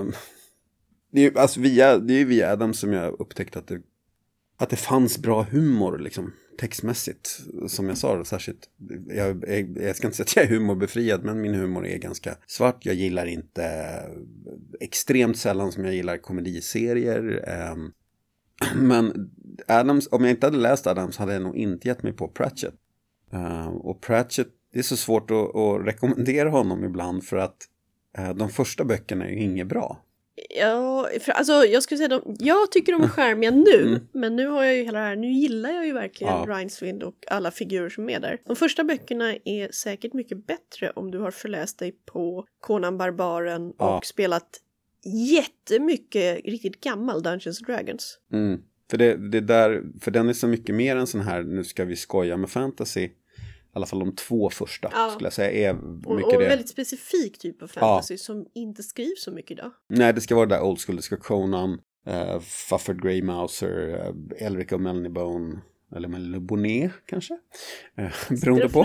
Det är ju via Adam som jag upptäckte att det fanns bra humor liksom, textmässigt. Som jag sa, särskilt. Jag ska inte säga att jag är humorbefriad, men min humor är ganska svart. Jag gillar inte extremt sällan som jag gillar komediserier. Men Adams, om jag inte hade läst Adams hade jag nog inte gett mig på Pratchett. Och Pratchett, det är så svårt att rekommendera honom ibland för att de första böckerna är ju inget bra. Ja, alltså jag skulle säga jag tycker de är skärmiga nu, men nu har jag ju hela det här, nu gillar jag ju verkligen Rincewind och alla figurer som är där. De första böckerna är säkert mycket bättre om du har förläst dig på Conan Barbaren och spelat jättemycket riktigt gammal Dungeons & Dragons. För det där, för den är så mycket mer än sån här, nu ska vi skoja med fantasy. I alla fall de 2 första skulle jag säga är mycket och väldigt specifik typ av fantasy som inte skrivs så mycket idag. Nej, det ska vara det där old school, det ska Conan. Fufford Grey Mouser, Elric och Melnibone, eller Melniboné kanske, beroende på.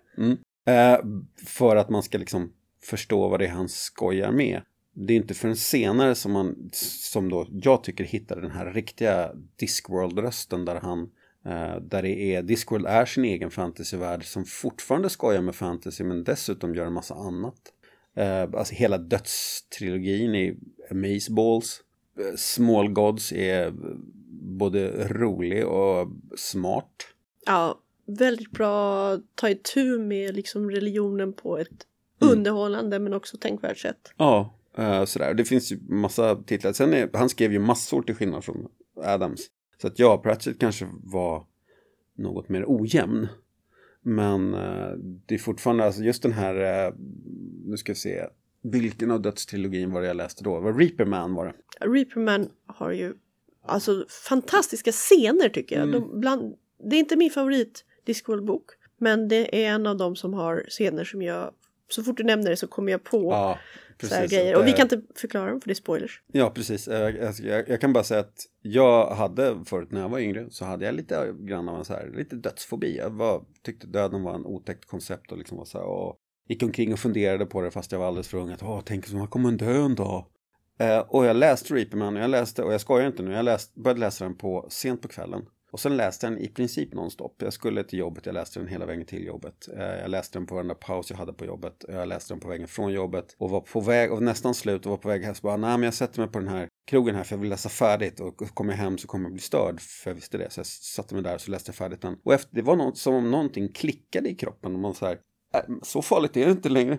För att man ska liksom förstå vad det är han skojar med. Det är inte förrän senare som då jag tycker hittar den här riktiga Discworld-rösten där Discworld är sin egen fantasyvärld som fortfarande skojar med fantasy men dessutom gör en massa annat. Alltså hela dödstrilogin i Amazeballs. Small Gods är både rolig och smart. Ja, väldigt bra ta itu med liksom religionen på ett underhållande men också tänkvärt sätt. Ja, sådär. Det finns ju massa titlar. Sen han skrev ju massor till skillnad från Adams. Så att Pratchett kanske var något mer ojämn. Men det är fortfarande, alltså just den här, nu ska vi se, vilken av dödstrilogin var det jag läste då? Var Reaperman var det? Reaperman har ju alltså fantastiska scener tycker jag. Det är inte min favorit Discworld-bok, men det är en av dem som har scener som jag, så fort du nämner det så kommer jag på så här grejer. Och vi kan inte förklara dem för det är spoilers. Ja, precis. Jag kan bara säga att jag hade förut när jag var yngre så hade jag lite grann av en så här, lite dödsfobi. Jag tyckte döden var en otäckt koncept och liksom var så här, och gick omkring och funderade på det fast jag var alldeles för ung att tänk som man kommer en dö en dag. Och jag läste Reaperman och jag skojar inte nu, började läsa den sent på kvällen. Och sen läste den i princip nonstop. Jag skulle till jobbet, jag läste den hela vägen till jobbet. Jag läste den på varenda paus jag hade på jobbet. Jag läste den på vägen från jobbet. Och var på väg, och nästan slut och var på väg här. Så bara, nej men jag sätter mig på den här krogen här för jag vill läsa färdigt. Och kommer jag hem så kommer jag bli störd, för jag visste det. Så jag satte mig där och så läste jag färdigt den. Och det var som om någonting klickade i kroppen. Och man så här, så farligt är det inte längre.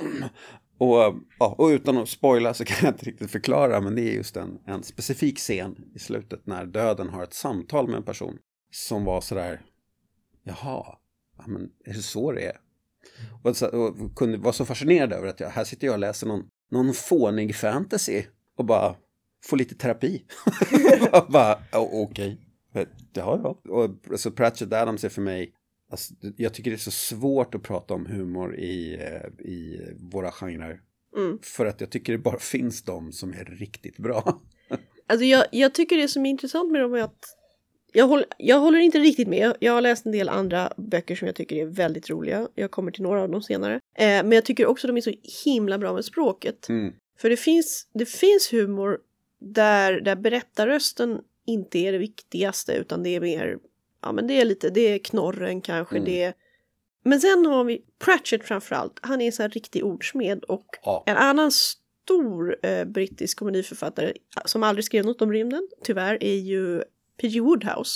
Och utan att spoila så kan jag inte riktigt förklara, men det är just en specifik scen i slutet när döden har ett samtal med en person som var sådär, jaha, men är det så det är? Och kunde vara så fascinerad över att här sitter jag och läser någon fånig fantasy och bara får lite terapi. Och bara, okej. Ja. Och så Pratchett Adams är för mig, alltså, jag tycker det är så svårt att prata om humor i våra genrer. För att jag tycker det bara finns de som är riktigt bra. Alltså jag tycker det som är intressant med dem är att jag håller inte riktigt med. Jag har läst en del andra böcker som jag tycker är väldigt roliga. Jag kommer till några av dem senare. Men jag tycker också de är så himla bra med språket. För det finns humor där berättarrösten inte är det viktigaste utan det är mer, ja men det är knorren kanske, men sen har vi Pratchett framförallt. Han är en sån här riktig ordsmed och en annan stor brittisk komediförfattare som aldrig skrev något om rymden, tyvärr, är ju P.G. Wodehouse.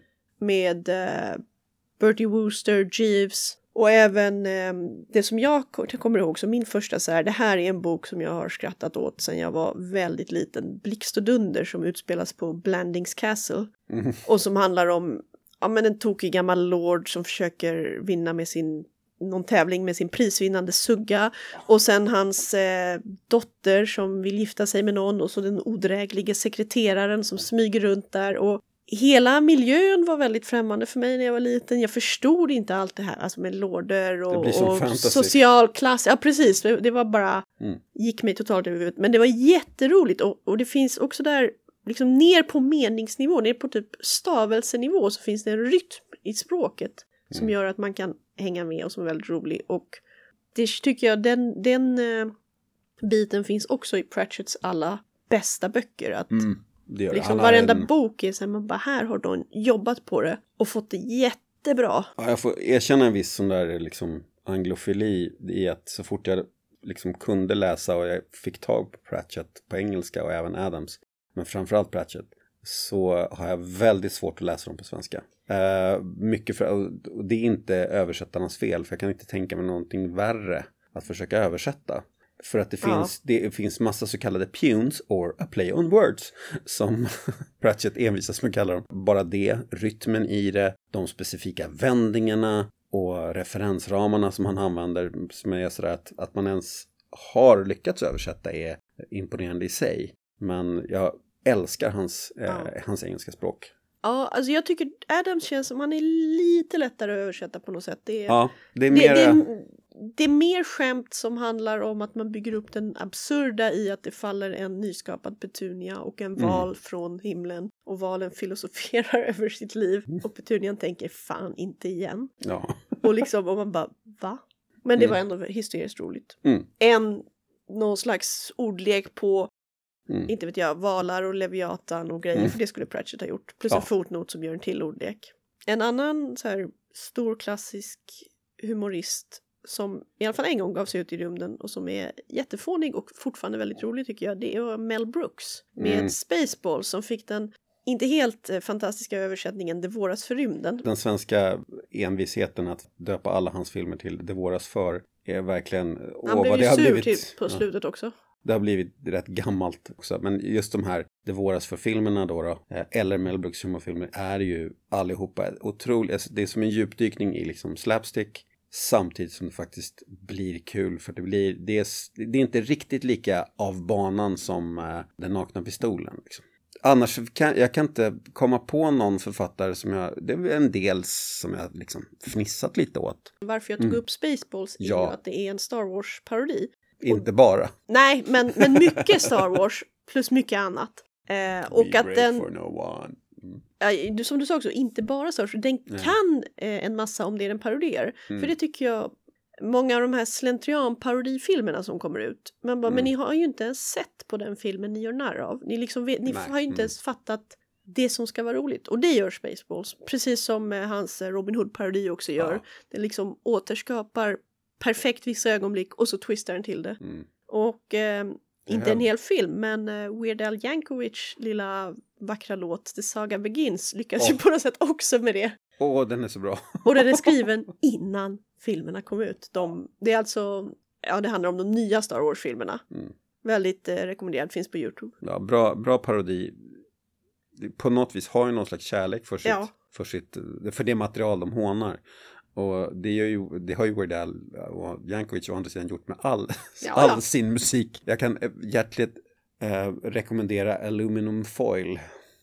Med Bertie Wooster, Jeeves och även det som jag kommer ihåg som min första så här, det här är en bok som jag har skrattat åt sedan jag var väldigt liten, Blixt och dunder, som utspelas på Blandings Castle och som handlar om en tokig gammal lord som försöker vinna med någon tävling med sin prisvinnande sugga. Och sen hans dotter som vill gifta sig med någon. Och så den odrägliga sekreteraren som smyger runt där. Och hela miljön var väldigt främmande för mig när jag var liten. Jag förstod inte allt det här. Alltså med lorder och social klass. Ja, precis. Det var bara, gick mig totalt över huvudet. Men det var jätteroligt. Och det finns också där, liksom ner på meningsnivå, ner på typ stavelsenivå, så finns det en rytm i språket som gör att man kan hänga med och som är väldigt rolig. Och det tycker jag, den biten finns också i Pratchetts alla bästa böcker. Att det liksom varenda bok är så här, man bara, här har de jobbat på det och fått det jättebra. Ja, jag får erkänna en viss sån där liksom anglofili i att så fort jag liksom kunde läsa och jag fick tag på Pratchett på engelska och även Adams, men framförallt Pratchett, så har jag väldigt svårt att läsa dem på svenska. Mycket och det är inte översättarnas fel, för jag kan inte tänka mig någonting värre att försöka översätta. För att det finns massa så kallade punes or a play on words som Pratchett envisas med att kalla dem. Bara det, rytmen i det, de specifika vändningarna och referensramarna som han använder, som är sådär att man ens har lyckats översätta är imponerande i sig. Men jag älskar hans engelska språk. Ja, alltså jag tycker Adams känns som han är lite lättare att översätta på något sätt. Det är mer... det är mer skämt som handlar om att man bygger upp den absurda i att det faller en nyskapad petunia och en val från himlen. Och valen filosoferar över sitt liv. Och petunian tänker, fan inte igen. Ja. Och liksom, och man bara, va? Men det var ändå hysteriskt roligt. Någon slags ordlek på, inte vet jag, valar och leviatan och grejer. För det skulle Pratchett ha gjort. Plus en fotnot som gör en till ordlek. En annan så här stor klassisk humorist som i alla fall en gång gav sig ut i rymden och som är jättefånig och fortfarande väldigt rolig tycker jag, det är Mel Brooks med Spaceballs som fick den inte helt fantastiska översättningen Det våras för rymden. Den svenska envisheten att döpa alla hans filmer till Det våras för är verkligen... Han blev ju sur typ på slutet också. Det har blivit rätt gammalt också. Men just de här Det våras för filmerna då eller Mel Brooks humorfilmer är ju allihopa otroligt. Alltså, det är som en djupdykning i liksom slapstick samtidigt som det faktiskt blir kul. För det är inte riktigt lika av banan som Den nakna pistolen. Liksom. Annars kan jag inte komma på någon författare det är en del som jag liksom fnissat lite åt. Varför jag tog upp Spaceballs är ju att det är en Star Wars-parodi. Inte bara. Nej, men mycket Star Wars plus mycket annat. Och att den... For no one. Som du sa också, inte bara Star Wars. Den kan en massa om det den parodier. För det tycker jag, många av de här slentrian-parodifilmerna som kommer ut. Man bara, men ni har ju inte ens sett på den filmen ni gör narr av. Ni har ju inte ens fattat det som ska vara roligt. Och det gör Spaceballs. Precis som hans Robin Hood-parodi också gör. Ja. Den liksom återskapar perfekt vissa ögonblick och så twistar den till det. Och inte en hel film, men Weird Al Yankovic lilla vackra låt The Saga Begins lyckas ju på något sätt också med det. Den är så bra. Och den är skriven innan filmerna kom ut. Det är alltså, det handlar om de nya Star Wars-filmerna. Väldigt rekommenderad, finns på YouTube. Ja, bra parodi. På något vis har ju någon slags kärlek för det material de hånar. Och det har ju Weird Al och Yankovic å andra sidan gjort med all sin musik. Jag kan hjärtligt rekommendera Aluminum Foil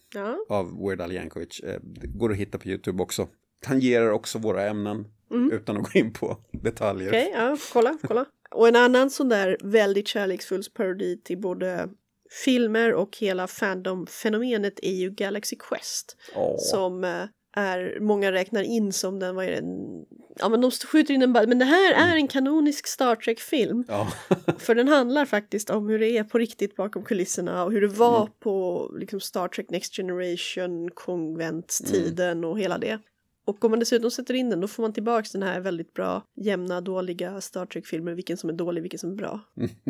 av Weird Al Yankovic. Det går att hitta på YouTube också. Tangerar också våra ämnen utan att gå in på detaljer. Okej, kolla. Och en annan sån där väldigt kärleksfull parodi till både filmer och hela fandom-fenomenet är ju Galaxy Quest. Som många räknar in som den, vad är det? Ja, men de skjuter in den bara, men det här är en kanonisk Star Trek-film. Ja. För den handlar faktiskt om hur det är på riktigt bakom kulisserna och hur det var på liksom Star Trek Next Generation, konventstiden och hela det. Och om man dessutom sätter in den, då får man tillbaka den här väldigt bra, jämna, dåliga Star Trek-filmer, vilken som är dålig, vilken som är bra.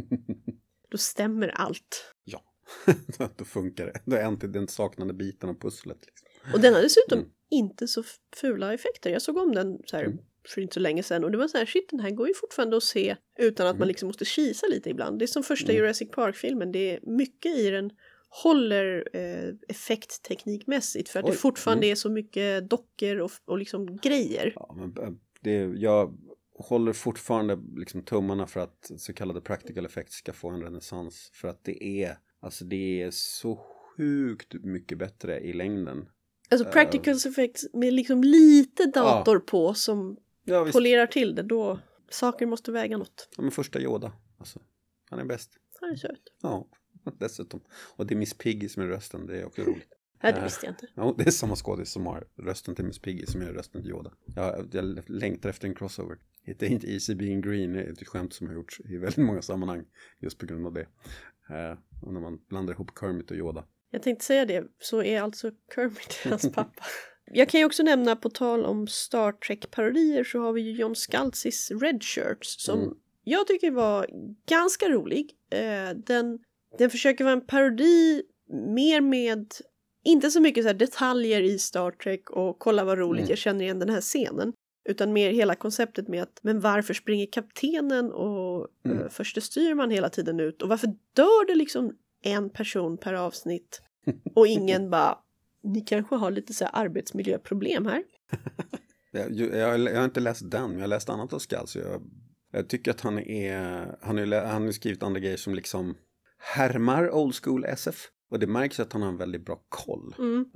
Då stämmer allt. Ja, då funkar det. Då är inte den saknade biten av pusslet. Liksom. Och den har dessutom inte så fula effekter. Jag såg om den så här för inte så länge sedan. Och det var så här, shit, den här går ju fortfarande att se utan att man liksom måste kisa lite ibland. Det är som första Jurassic Park-filmen. Det är mycket i den håller effektteknikmässigt. För att det fortfarande är så mycket dockor och liksom grejer. Ja, men jag håller fortfarande liksom tummarna för att så kallade practical effects ska få en renässans. För att det är så sjukt mycket bättre i längden. Alltså practical effects med liksom lite dator på som polerar till det. Då saker måste väga något. Ja, men första Yoda. Alltså, han är bäst. Han är söt. Ja, dessutom. Och det är Miss Piggy som är rösten. Det är också roligt. Nej, det visste jag inte. Ja, det är samma skådis som har rösten till Miss Piggy som gör rösten till Yoda. Jag längtar efter en crossover. Det är inte Easy Being Green. Det är ett skämt som har gjorts i väldigt många sammanhang. Just på grund av det. Och när man blandar ihop Kermit och Yoda. Jag tänkte säga det, så är alltså Kermit hans pappa. Jag kan ju också nämna, på tal om Star Trek-parodier, så har vi ju John Scalzis Red Shirts som jag tycker var ganska rolig. Den försöker vara en parodi mer med, inte så mycket så här detaljer i Star Trek och kolla vad roligt jag känner igen den här scenen. Utan mer hela konceptet med att, men varför springer kaptenen och förste styrman hela tiden ut? Och varför dör det liksom en person per avsnitt? Och ingen bara, ni kanske har lite så här arbetsmiljöproblem här. Jag har inte läst den, men jag har läst annat av Scalzi. Jag tycker att han har skrivit andra grejer som liksom härmar old school SF. Och det märks att han har en väldigt bra koll.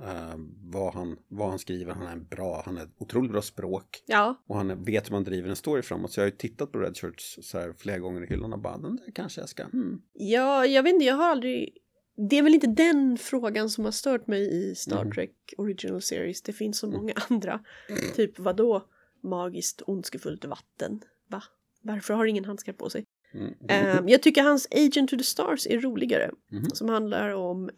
Vad han skriver. Han är otroligt bra språk. Ja. Och han vet hur man driver en story framåt. Så jag har ju tittat på Red Shirts så här flera gånger i hyllan och bara, den där kanske jag ska. Ja, jag vet inte, jag har aldrig... Det är väl inte den frågan som har stört mig i Star Trek Original Series. Det finns så många andra. Typ, vadå? Magiskt, ondskefullt vatten. Va? Varför har ingen handskar på sig? Jag tycker hans Agent to the Stars är roligare. Som handlar om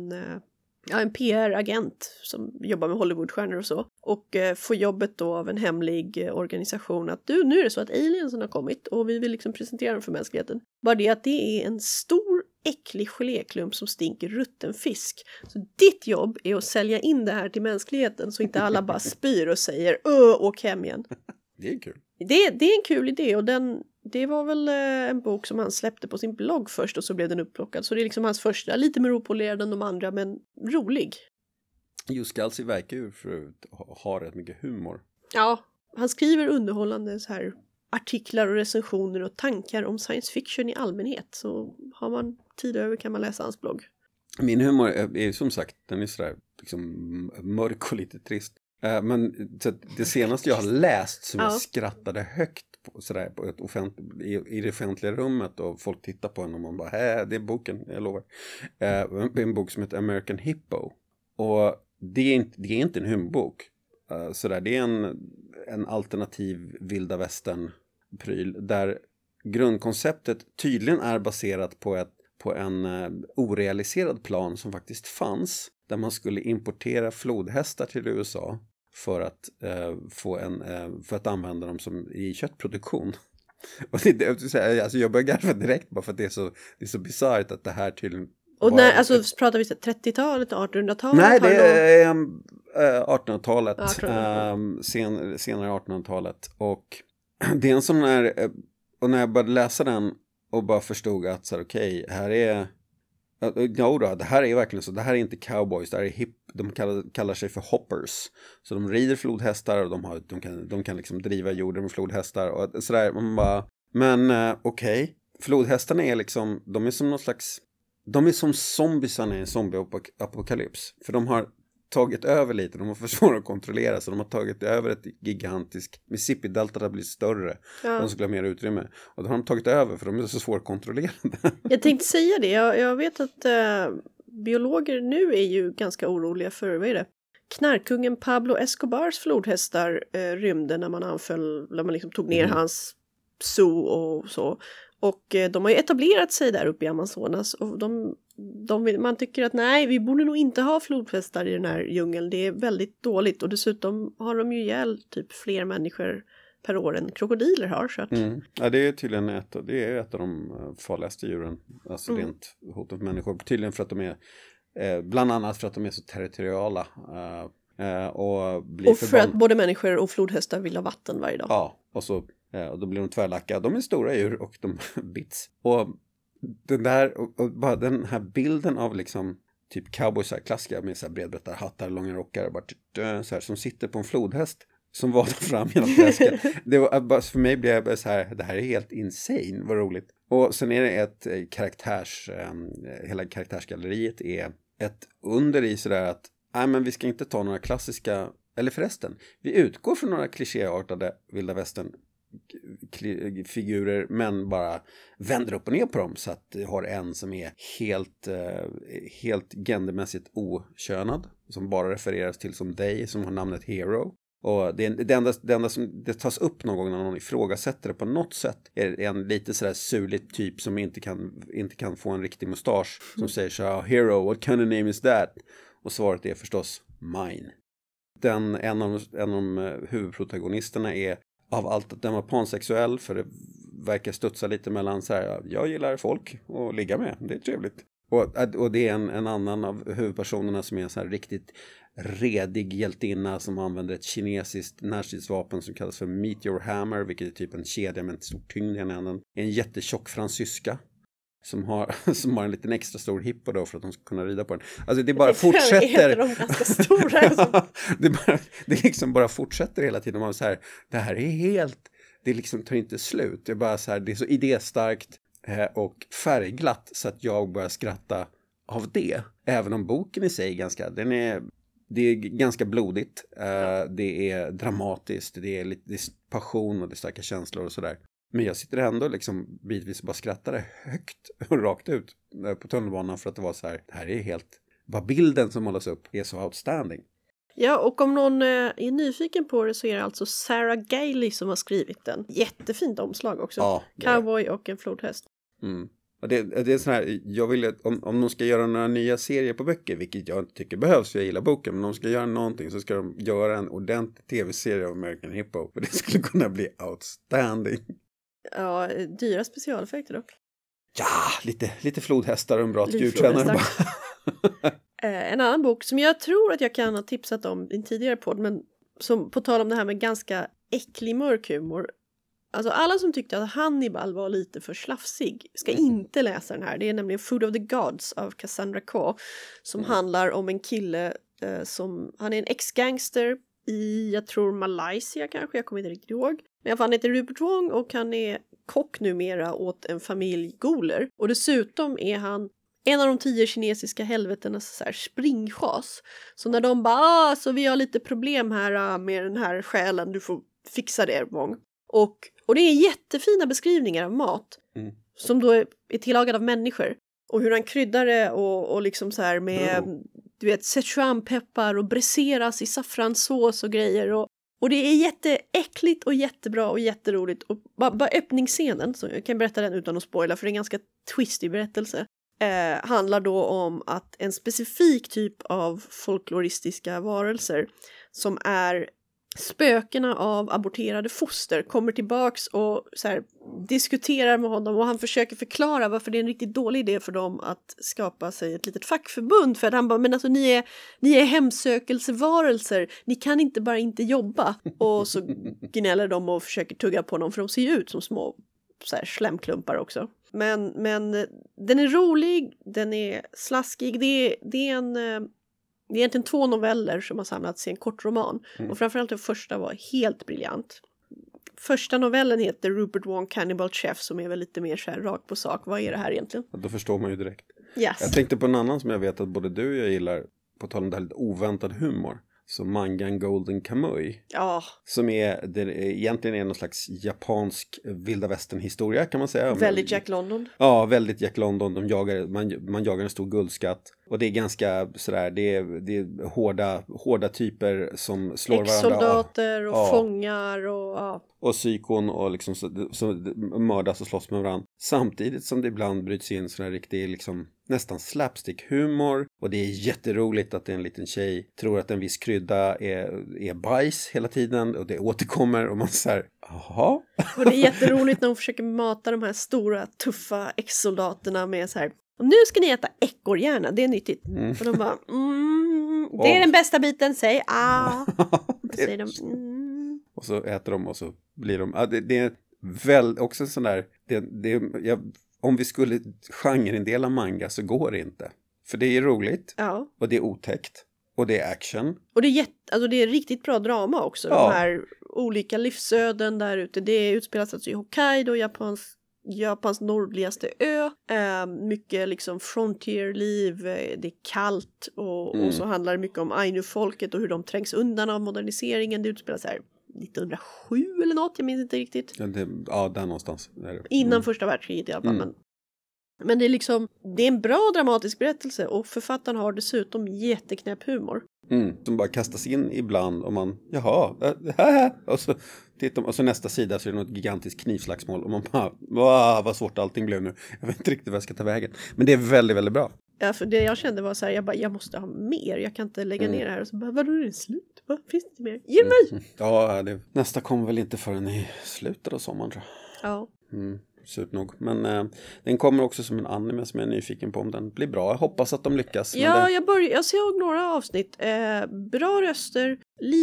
en PR-agent som jobbar med Hollywoodstjärnor och så. Och får jobbet då av en hemlig organisation att nu är det så att aliensen har kommit och vi vill liksom presentera dem för mänskligheten. Bara det att det är en stor äcklig geléklump som stinker rutten fisk. Så ditt jobb är att sälja in det här till mänskligheten så inte alla bara spyr och säger åk hem igen. Det är kul. Det är en kul idé och det var väl en bok som han släppte på sin blogg först och så blev den upplockad. Så det är liksom hans första, lite mer opolerad än de andra men rolig. Just Galsi verkar ju för att ha rätt mycket humor. Ja, han skriver underhållande så här artiklar och recensioner och tankar om science fiction i allmänhet. Så har man tid över kan man läsa hans blogg. Min humor är som sagt, den är sådär liksom mörk och lite trist. Men så det senaste jag har läst som jag skrattade högt på, sådär, på i det offentliga rummet och folk tittar på en och man bara, det är boken, jag lovar. En bok som heter American Hippo. Och det är inte en humorbok. Sådär, det är en alternativ vilda västern-pryl där grundkonceptet tydligen är baserat på en orealiserad plan som faktiskt fanns. Där man skulle importera flodhästar till USA för att för att använda dem som i köttproduktion. Och alltså jag börjar garva direkt bara för att det är så bisarrt att det här tydligen. Och när, alltså pratar vi 30-talet, 1800-talet? Nej, det är 1800-talet. Senare 1800-talet. Och det är en sån här, och när jag började läsa den och bara förstod att så här, okej, här är det här är verkligen så. Det här är inte cowboys, det här är de kallar sig för hoppers. Så de rider flodhästar och de kan liksom driva jorden med flodhästar och sådär. Man bara, men okej. Flodhästarna är liksom, de är som någon slags, de är som zombiesarna i en zombieapokalyps. För de har tagit över lite, de har för svåra att kontrollera så de har tagit över ett gigantiskt Mississippi-delta där blir större de skulle ha mer utrymme och då har de tagit över för de är så svåra att kontrollera. Jag tänkte säga det, jag vet att biologer nu är ju ganska oroliga för, vad är det? Knarkungen Pablo Escobars flodhästar rymde när man liksom tog ner hans zoo och så. Och de har ju etablerat sig där uppe i Amazonas och man tycker att nej, vi borde nog inte ha flodhästar i den här djungeln. Det är väldigt dåligt och dessutom har de ju ihjäl typ fler människor per år än krokodiler har. Så att... Ja, det är tydligen ett av de farligaste djuren. Alltså rent hot mot människor. Tydligen för att de är, bland annat för att de är så territoriala. Och för att både människor och flodhästar vill ha vatten varje dag. Ja, och då blir de tvärlacka. De är stora djur och de bits. Och bara den här bilden av liksom typ cowboys, klassiska med så här bredbrättar, hattar, långa rockar bara så här, som sitter på en flodhäst som vadar fram genom träsket. Det var bara, för mig blev det så här, det här är helt insane, vad roligt. Och sen är det ett hela karaktärsgalleriet är ett under i sådär att men vi ska inte ta några klassiska, eller förresten, vi utgår från några klichéartade vilda västern figurer men bara vänder upp och ner på dem så att du har en som är helt gendermässigt okönad som bara refereras till som they, som har namnet Hero. Och det enda som det tas upp någon gång när någon ifrågasätter det på något sätt är en lite sådär surlig typ som inte kan få en riktig mustasch som säger så här, Hero, what kind of name is that? Och svaret är förstås mine. En av de huvudprotagonisterna är av allt att döma pansexuell, för det verkar studsa lite mellan så här, jag gillar folk och ligga med, det är trevligt. Och det är en annan av huvudpersonerna som är en så här riktigt redig hjältinna som använder ett kinesiskt närstridsvapen som kallas för Meteor Hammer, vilket är typ en kedja med en stor tyngd i en jättetjock fransyska. Som har en liten extra stor hippo då för att de ska kunna rida på den. Alltså det bara fortsätter. De ganska stora. Det liksom bara fortsätter hela tiden. Man är så här, det här är helt, det liksom tar inte slut. Det är bara så här, det är så idéstarkt och färgglatt så att jag börjar skratta av det. Även om boken i sig är det är ganska blodigt. Det är dramatiskt. Det är lite passion och det är starka känslor och sådär. Men jag sitter ändå liksom bitvis och bara skrattade högt och rakt ut på tunnelbanan för att det var så här, det här är helt, vad bilden som målas upp är så outstanding. Ja, och om någon är nyfiken på det så är det alltså Sarah Gailey som har skrivit den. Jättefint omslag också. Ja, Cowboy och en flodhäst. Mm. Och det är så här, jag vill om de ska göra några nya serier på böcker, vilket jag inte tycker behövs för jag gillar boken, men om de ska göra någonting så ska de göra en ordentlig tv-serie av American Hippo. Och det skulle kunna bli outstanding. Ja, dyra specialeffekter dock. Ja, lite flodhästar och en bra djurtränare. En annan bok som jag tror att jag kan ha tipsat om i en tidigare podd, men som på tal om det här med ganska äcklig mörk humor. Alltså alla som tyckte att Hannibal var lite för slafsig ska inte läsa den här. Det är nämligen Food of the Gods av Cassandra Khaw som handlar om en kille han är en ex-gangster i, jag tror Malaysia kanske, jag kommer inte riktigt ihåg. Men han heter Rupert Wong och han är kock numera åt en familj goler. Och dessutom är han en av de 10 kinesiska helvetenas så här springchas. Så när de bara, så vi har lite problem här med den här själen, du får fixa det Wong. Och det är jättefina beskrivningar av mat som då är tillagad av människor. Och hur han kryddar det och liksom så här med du vet Sichuanpeppar och bräseras i saffransås och grejer. Och det är jätteäckligt och jättebra och jätteroligt. Och bara öppningsscenen, så jag kan berätta den utan att spoila för det är en ganska twistig berättelse. Handlar då om att en specifik typ av folkloristiska varelser som är spökena av aborterade foster kommer tillbaks och så här, diskuterar med honom och han försöker förklara varför det är en riktigt dålig idé för dem att skapa sig ett litet fackförbund för att han bara, men alltså ni är hemsökelsevarelser, ni kan inte bara inte jobba och så gnäller de och försöker tugga på dem för de ser ju ut som små så här, slemklumpar också. Men den är rolig, den är slaskig, det är egentligen 2 noveller som har samlats i en kort roman. Och framförallt den första var helt briljant. Första novellen heter Rupert Wong Cannibal Chef som är väl lite mer så här rakt på sak. Vad är det här egentligen? Ja, då förstår man ju direkt. Yes. Jag tänkte på en annan som jag vet att både du och jag gillar på tal om det här lite oväntad humor. Så mangan Golden Kamuy. Ja. Som egentligen är någon slags japansk vilda västern historia kan man säga. Väldigt Jack London. Ja, väldigt Jack London. Man jagar en stor guldskatt. Och det är ganska sådär, det är hårda typer som slår varandra. Ex-soldater och fångar och ja. Och psykon och liksom så mördas och slåss med varandra. Samtidigt som det ibland bryts in sån här riktig liksom nästan slapstick-humor. Och det är jätteroligt att en liten tjej tror att en viss krydda är bajs hela tiden. Och det återkommer och man säger, jaha. Och det är jätteroligt när hon försöker mata de här stora, tuffa ex-soldaterna med så här, och nu ska ni äta ekorrhjärna, det är nyttigt. För de bara, det är den bästa biten, säg och säger de, Och så äter de och så blir de, det är väl också en sån där, om vi skulle genreindela manga så går det inte. För det är roligt och det är otäckt och det är action. Och det är riktigt bra drama också. Ja. De här olika livsöden där ute. Det utspelas alltså i Hokkaido, Japans nordligaste ö. Mycket liksom frontierliv. Det är kallt och så handlar det mycket om Ainu-folket och hur de trängs undan av moderniseringen. Det utspelas här 1907 eller något, jag minns inte riktigt. Ja, där någonstans. Innan första världskriget i alla fall. Men det är liksom, det är en bra dramatisk berättelse och författaren har dessutom jätteknäpp humor. Som bara kastas in ibland och man, och så tittar och så nästa sida så är det något gigantiskt knivslagsmål och man bara, vad svårt allting blev nu. Jag vet inte riktigt vad jag ska ta vägen. Men det är väldigt, väldigt bra. Ja, för det jag kände var så här, jag måste ha mer. Jag kan inte lägga ner det här. Och så bara, vadå är det slut? Finns det inte mer? Ge mig! Ja, nästa kommer väl inte förrän i slutet av sommaren tror jag. Ja. Surt nog. Men den kommer också som en anime som jag är nyfiken på om den blir bra. Jag hoppas att de lyckas. Ja, jag såg några avsnitt. Bra röster.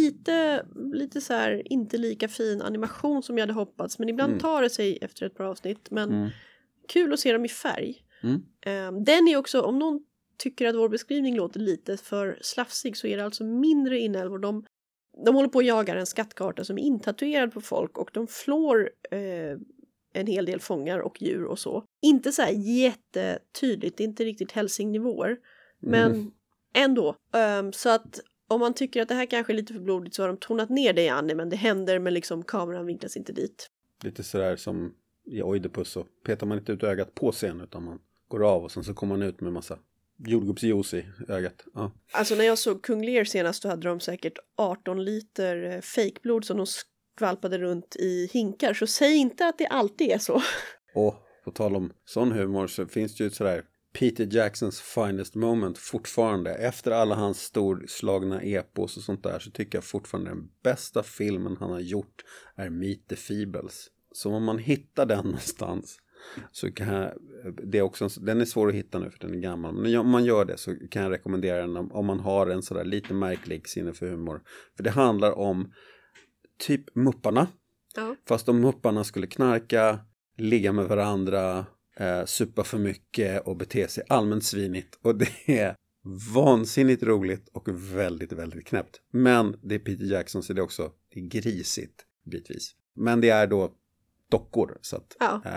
Lite så här inte lika fin animation som jag hade hoppats. Men ibland tar det sig efter ett par avsnitt. Men kul att se dem i färg. Den är också, om någon tycker att vår beskrivning låter lite för slafsig så är det alltså mindre inälvor. De håller på att jaga en skattkarta som är intatuerad på folk och de flår en hel del fångar och djur och så. Inte så här jättetydligt, inte riktigt Helsing-nivåer. Men ändå. Så att om man tycker att det här kanske är lite för blodigt så har de tonat ner det i animen. Det händer men liksom kameran vinklas inte dit. Lite sådär som i Oidipus så petar man inte ut ögat på scen utan man går av och sen så kommer man ut med massa jordgubbsjuice i ögat. Ja. Alltså när jag såg Kung Lear senast så hade de säkert 18 liter fejkblod som de skvalpade runt i hinkar. Så säg inte att det alltid är så. Och på tal om sån humor så finns det ju sådär Peter Jacksons finest moment fortfarande. Efter alla hans storslagna epos och sånt där så tycker jag fortfarande den bästa filmen han har gjort är Meet the Feebles. Så om man hittar den någonstans så kan jag, det är också, den är svår att hitta nu för den är gammal. Men om man gör det så kan jag rekommendera den om man har en sådär lite märklig sinne för humor. För det handlar om typ Mupparna. Ja. Fast om Mupparna skulle knarka, ligga med varandra, supa för mycket och bete sig allmänt svinigt. Och det är vansinnigt roligt och väldigt, väldigt knäppt. Men det är Peter Jackson så det är också det är grisigt bitvis. Men det är då dockor så att,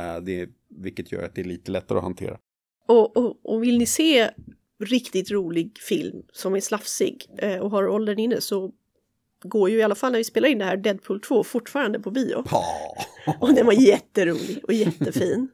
vilket gör att det är lite lättare att hantera. Och vill ni se riktigt rolig film som är slafsig och har åldern inne så går ju i alla fall när vi spelar in det här Deadpool 2 fortfarande på bio. Och den var jätterolig och jättefin.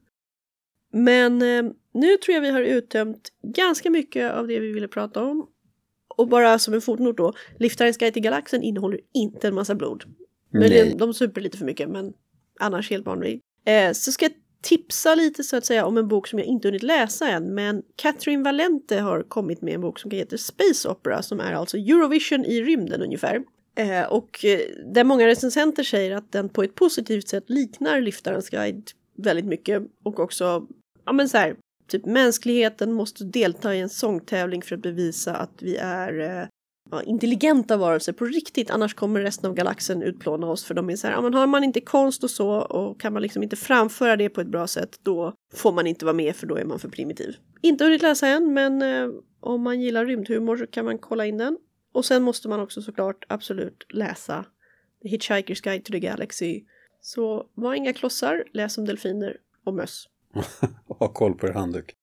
Men nu tror jag vi har uttömt ganska mycket av det vi ville prata om. Och bara som en fotnot då, Liftarens guide till galaxen innehåller inte en massa blod. Men de super lite för mycket, men annars helt barnlig. Så ska jag tipsa lite så att säga om en bok som jag inte hunnit läsa än. Men Catherine Valente har kommit med en bok som heter Space Opera, som är alltså Eurovision i rymden ungefär. Och där många recensenter säger att den på ett positivt sätt liknar Liftarens guide väldigt mycket. Och också, ja men så här, typ mänskligheten måste delta i en sångtävling för att bevisa att vi är intelligenta varelser på riktigt. Annars kommer resten av galaxen utplåna oss. För de är så här, ja men har man inte konst och så och kan man liksom inte framföra det på ett bra sätt, då får man inte vara med för då är man för primitiv. Inte hunnit läsa än, men om man gillar rymdhumor så kan man kolla in den. Och sen måste man också såklart absolut läsa The Hitchhiker's Guide to the Galaxy. Så var inga klossar, läs om delfiner och möss. Ha koll på er handduk.